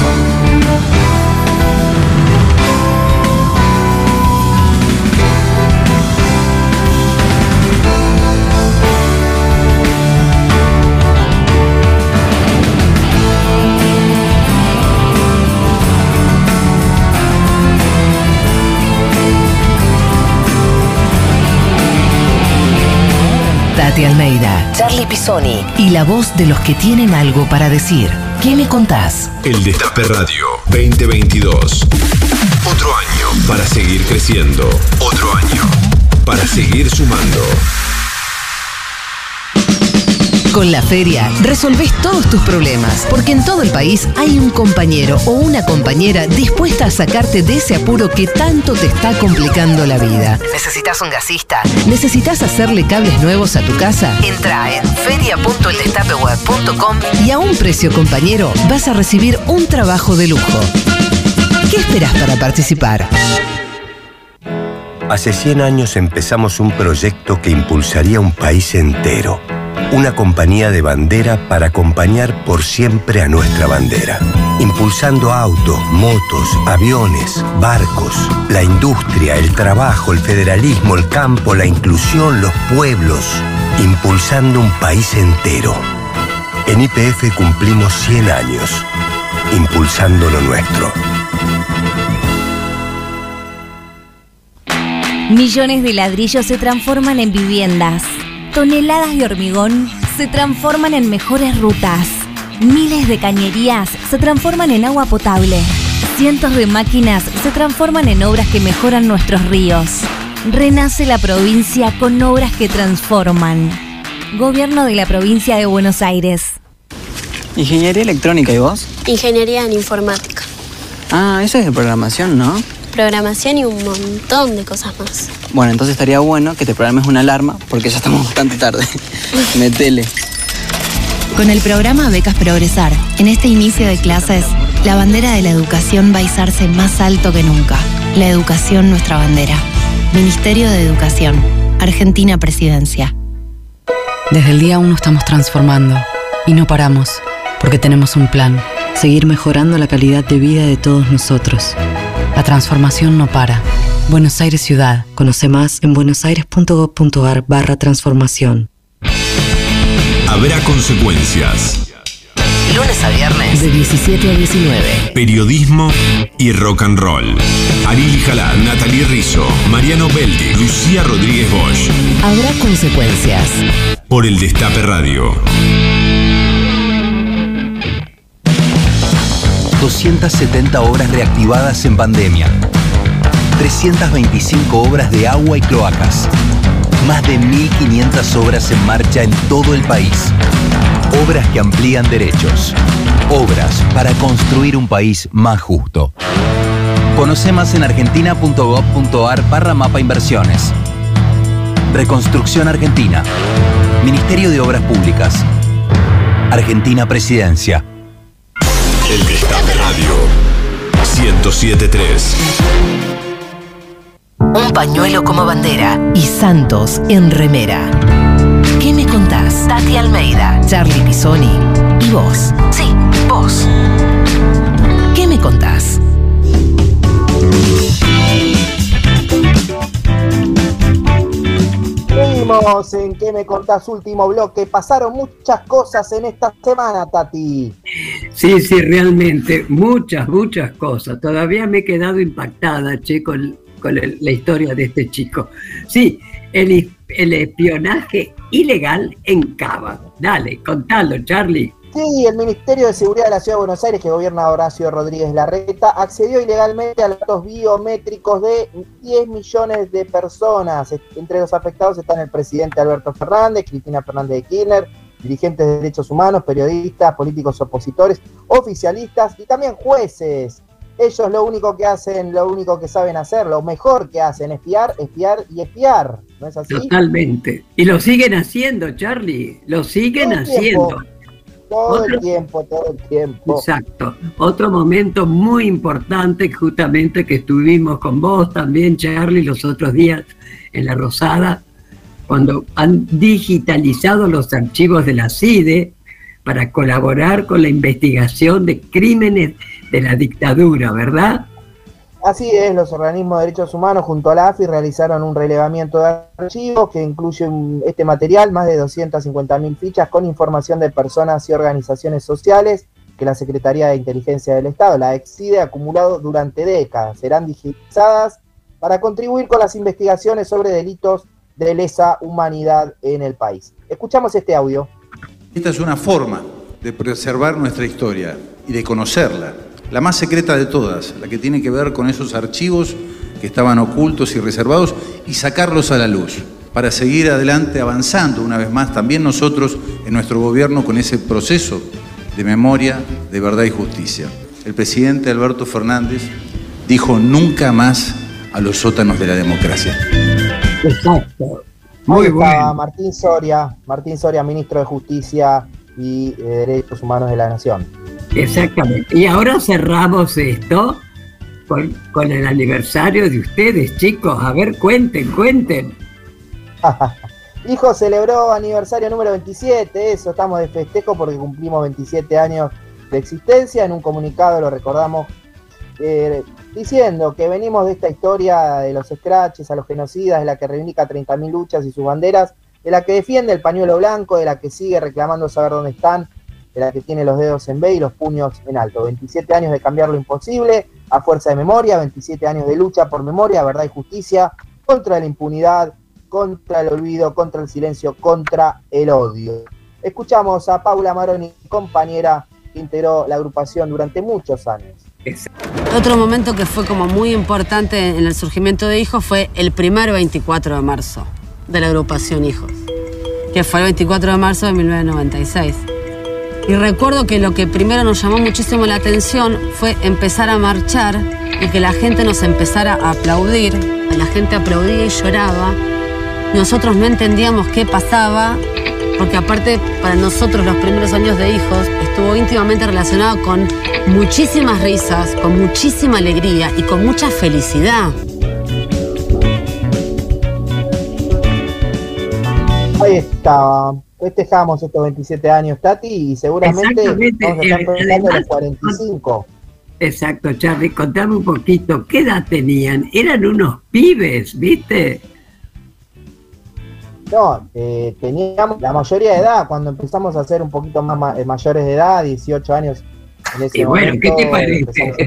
Tati Almeida, Charlie Pisoni y la voz de los que tienen algo para decir. ¿Qué me contás? El Destape Radio 2022. Otro año para seguir creciendo. Otro año para seguir sumando. Con la feria resolvés todos tus problemas, porque en todo el país hay un compañero o una compañera dispuesta a sacarte de ese apuro que tanto te está complicando la vida. ¿Necesitas un gasista? ¿Necesitas hacerle cables nuevos a tu casa? Entra en feria.eldestapeweb.com y a un precio compañero vas a recibir un trabajo de lujo. ¿Qué esperás para participar? Hace 100 años empezamos un proyecto que impulsaría un país entero. Una compañía de bandera para acompañar por siempre a nuestra bandera. Impulsando autos, motos, aviones, barcos, la industria, el trabajo, el federalismo, el campo, la inclusión, los pueblos. Impulsando un país entero. En YPF cumplimos 100 años. Impulsando lo nuestro. Millones de ladrillos se transforman en viviendas. Toneladas de hormigón se transforman en mejores rutas. Miles de cañerías se transforman en agua potable. Cientos de máquinas se transforman en obras que mejoran nuestros ríos. Renace la provincia con obras que transforman. Gobierno de la provincia de Buenos Aires. Ingeniería electrónica, ¿y vos? Ingeniería en informática. Ah, eso es de programación, ¿no? Programación y un montón de cosas más. Bueno, entonces estaría bueno que te programes una alarma porque ya estamos bastante tarde. Metele. Con el programa Becas Progresar, en este inicio de clases, la bandera de la educación va a izarse más alto que nunca. La educación, nuestra bandera. Ministerio de Educación. Argentina Presidencia. Desde el día 1 estamos transformando y no paramos porque tenemos un plan. Seguir mejorando la calidad de vida de todos nosotros. La transformación no para. Buenos Aires Ciudad. Conoce más en buenosaires.gov.ar/transformación. Habrá consecuencias. Lunes a viernes de 17 a 19. Periodismo y rock and roll. Ariel Jalá, Natalie Rizzo, Mariano Beldi, Lucía Rodríguez Bosch. Habrá consecuencias. Por el Destape Radio. 270 obras reactivadas en pandemia. 325 obras de agua y cloacas. Más de 1.500 obras en marcha en todo el país. Obras que amplían derechos. Obras para construir un país más justo. Conoce más en argentina.gov.ar/mapa inversiones. Reconstrucción Argentina. Ministerio de Obras Públicas. Argentina Presidencia. El Destape Radio 107.3. Un pañuelo como bandera y Santos en remera. ¿Qué me contás? Tati Almeida, Charlie Pisoni y vos. Sí, vos. ¿Qué me contás? Seguimos en ¿Qué me contás? Último bloque. Pasaron muchas cosas en esta semana, Tati. Sí, realmente, muchas cosas. Todavía me he quedado impactada, con la historia de este chico. Sí, el espionaje ilegal en Cava. Dale, contalo, Charlie. Sí, el Ministerio de Seguridad de la Ciudad de Buenos Aires, que gobierna Horacio Rodríguez Larreta, accedió ilegalmente a los datos biométricos de 10 millones de personas. Entre los afectados están el presidente Alberto Fernández, Cristina Fernández de Kirchner, dirigentes de derechos humanos, periodistas, políticos opositores, oficialistas y también jueces. Ellos lo único que hacen, lo único que saben hacer, lo mejor que hacen, espiar, espiar y espiar. ¿No es así? Totalmente. Y lo siguen haciendo, Charlie. Lo siguen haciendo. Todo el tiempo. Exacto. Otro momento muy importante, justamente que estuvimos con vos también, Charlie, los otros días en La Rosada, cuando han digitalizado los archivos de la CIDE para colaborar con la investigación de crímenes de la dictadura, ¿verdad? Así es, los organismos de derechos humanos junto a la AFI realizaron un relevamiento de archivos que incluye este material, más de 250.000 fichas con información de personas y organizaciones sociales que la Secretaría de Inteligencia del Estado, la ex-CIDE, ha acumulado durante décadas. Serán digitalizadas para contribuir con las investigaciones sobre delitos de lesa humanidad en el país. Escuchamos este audio. Esta es una forma de preservar nuestra historia y de conocerla, la más secreta de todas, la que tiene que ver con esos archivos que estaban ocultos y reservados y sacarlos a la luz, para seguir adelante avanzando una vez más también nosotros en nuestro gobierno con ese proceso de memoria, de verdad y justicia. El presidente Alberto Fernández dijo nunca más a los sótanos de la democracia. Exacto. Muy bueno. Martín Soria, ministro de Justicia y Derechos Humanos de la Nación. Exactamente. Y ahora cerramos esto con el aniversario de ustedes, chicos. A ver, cuenten. Hijo celebró aniversario número 27, eso, estamos de festejo porque cumplimos 27 años de existencia. En un comunicado lo recordamos diciendo que venimos de esta historia de los scratches a los genocidas, de la que reivindica 30.000 luchas y sus banderas, de la que defiende el pañuelo blanco, de la que sigue reclamando saber dónde están, de la que tiene los dedos en B y los puños en alto. 27 años de cambiar lo imposible a fuerza de memoria, 27 años de lucha por memoria, verdad y justicia, contra la impunidad, contra el olvido, contra el silencio, contra el odio. Escuchamos a Paula Maroni, compañera que integró la agrupación durante muchos años. Otro momento que fue como muy importante en el surgimiento de Hijos fue el primer 24 de marzo de la agrupación Hijos, que fue el 24 de marzo de 1996. Y recuerdo que lo que primero nos llamó muchísimo la atención fue empezar a marchar y que la gente nos empezara a aplaudir. La gente aplaudía y lloraba. Nosotros no entendíamos qué pasaba, porque aparte para nosotros los primeros años de Hijos estuvo íntimamente relacionado con muchísimas risas, con muchísima alegría y con mucha felicidad. Ahí está, festejamos estos 27 años, Tati, y seguramente vamos a estar pensando en los 45. Exacto, Charlie, contame un poquito, ¿qué edad tenían? Eran unos pibes, ¿viste? No, teníamos la mayoría de edad, cuando empezamos a ser un poquito más mayores de edad, 18 años. En ese y bueno, ¿qué te parece?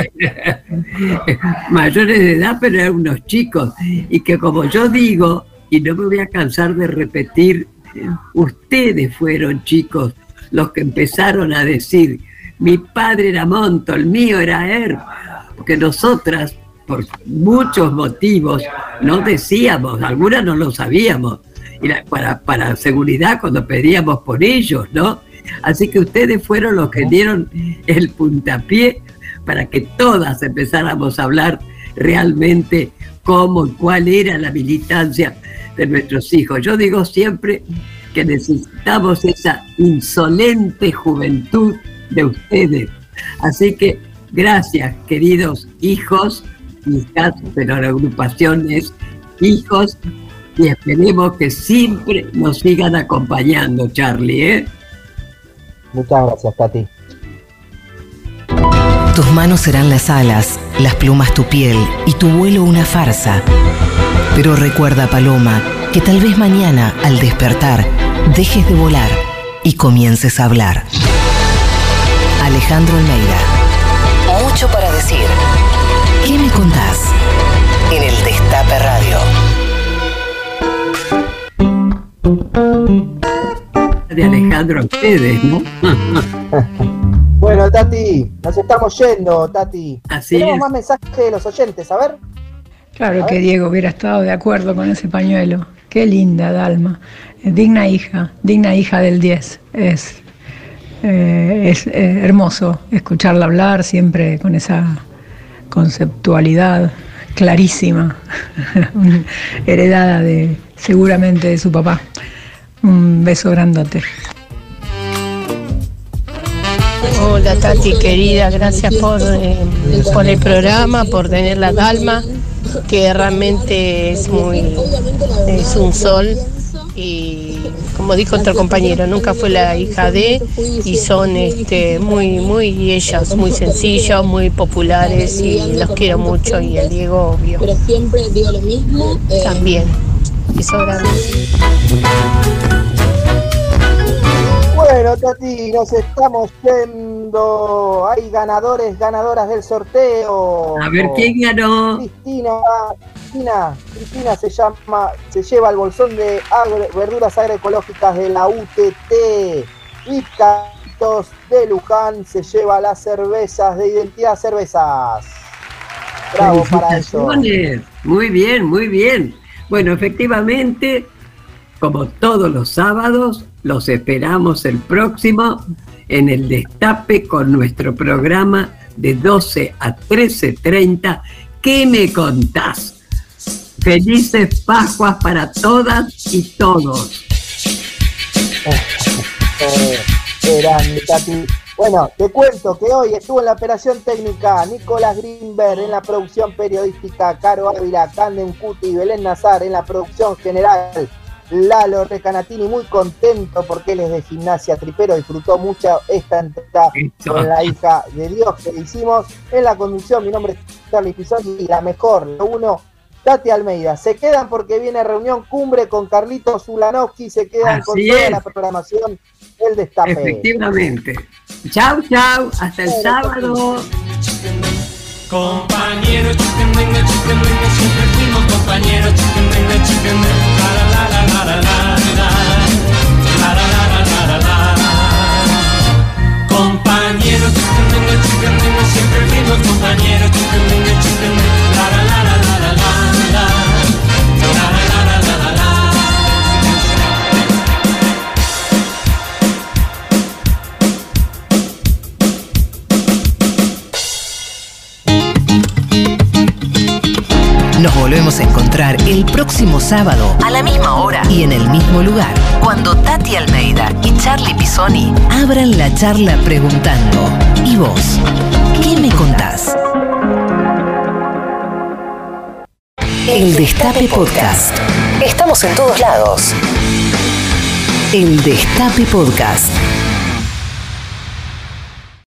Mayores de edad, pero eran unos chicos. Y que como yo digo, y no me voy a cansar de repetir, ustedes fueron, chicos, los que empezaron a decir, mi padre era Monto, el mío era Er, porque nosotras, por muchos motivos, no decíamos, algunas no lo sabíamos, y para seguridad cuando pedíamos por ellos, ¿no? Así que ustedes fueron los que dieron el puntapié para que todas empezáramos a hablar realmente cómo y cuál era la militancia de nuestros hijos. Yo digo siempre que necesitamos esa insolente juventud de ustedes. Así que gracias, queridos hijos, hijas, pero la agrupación es Hijos, y esperemos que siempre nos sigan acompañando, Charlie, ¿eh? Muchas gracias, Tati. Tus manos serán las alas, las plumas tu piel y tu vuelo una farsa. Pero recuerda, Paloma, que tal vez mañana, al despertar, dejes de volar y comiences a hablar. Alejandro Almeida. Mucho para decir. ¿Qué me contás? En el Destape Radio. De Alejandro a ustedes, ¿no? Bueno, Tati, nos estamos yendo, Tati. Así Tenemos es. más mensajes de los oyentes, a ver. Claro que Diego hubiera estado de acuerdo con ese pañuelo. Qué linda, Dalma. Digna hija del 10. Es hermoso escucharla hablar siempre con esa conceptualidad clarísima, heredada seguramente de su papá. Un beso grandote. Hola Tati querida, gracias por el programa, por tener la Dalma, que realmente es un sol, y como dijo otro compañero, nunca fue la hija de, y son ellas muy sencillos, muy populares, y los quiero mucho, y el Diego obvio. Pero siempre digo lo mismo. También. Eso grande. Bueno, Tati, nos estamos yendo. Hay ganadoras del sorteo. A ver, ¿quién ganó? Cristina se lleva el bolsón de verduras agroecológicas de la UTT. Y Carlitos de Luján se lleva las cervezas de Identidad Cervezas. Bravo para eso. Muy bien, muy bien. Bueno, efectivamente, como todos los sábados, los esperamos el próximo en el Destape con nuestro programa de 12 a 13:30. ¿Qué me contás? Felices Pascuas para todas y todos. Grande, Tati. Bueno, te cuento que hoy estuvo en la operación técnica Nicolás Greenberg, en la producción periodística Caro Ávila, Candem Cuti y Belén Nazar, en la producción general Lalo Recanatini, muy contento porque él es de Gimnasia Tripero, disfrutó mucho esta entrega con la hija de Dios que le hicimos. En la conducción, mi nombre es Charlie Pisoni y la mejor, la uno, Tati Almeida. Se quedan porque viene reunión cumbre con Carlitos Ulanowski, se quedan con toda la programación del Destape. Efectivamente. Chau, chau, hasta el sábado. Compañeros, chiquendenga, siempre fuimos compañeros, chiquendenga, la la la la la la la la. Compañeros, chiquendenga, siempre fuimos compañeros, chiquendenga, la la la la la la la la la la la la. Nos volvemos a encontrar el próximo sábado a la misma hora y en el mismo lugar, cuando Tati Almeida y Charlie Pisoni abran la charla preguntando: ¿y vos? ¿Qué me contás? El Destape Podcast. Estamos en todos lados. El Destape Podcast.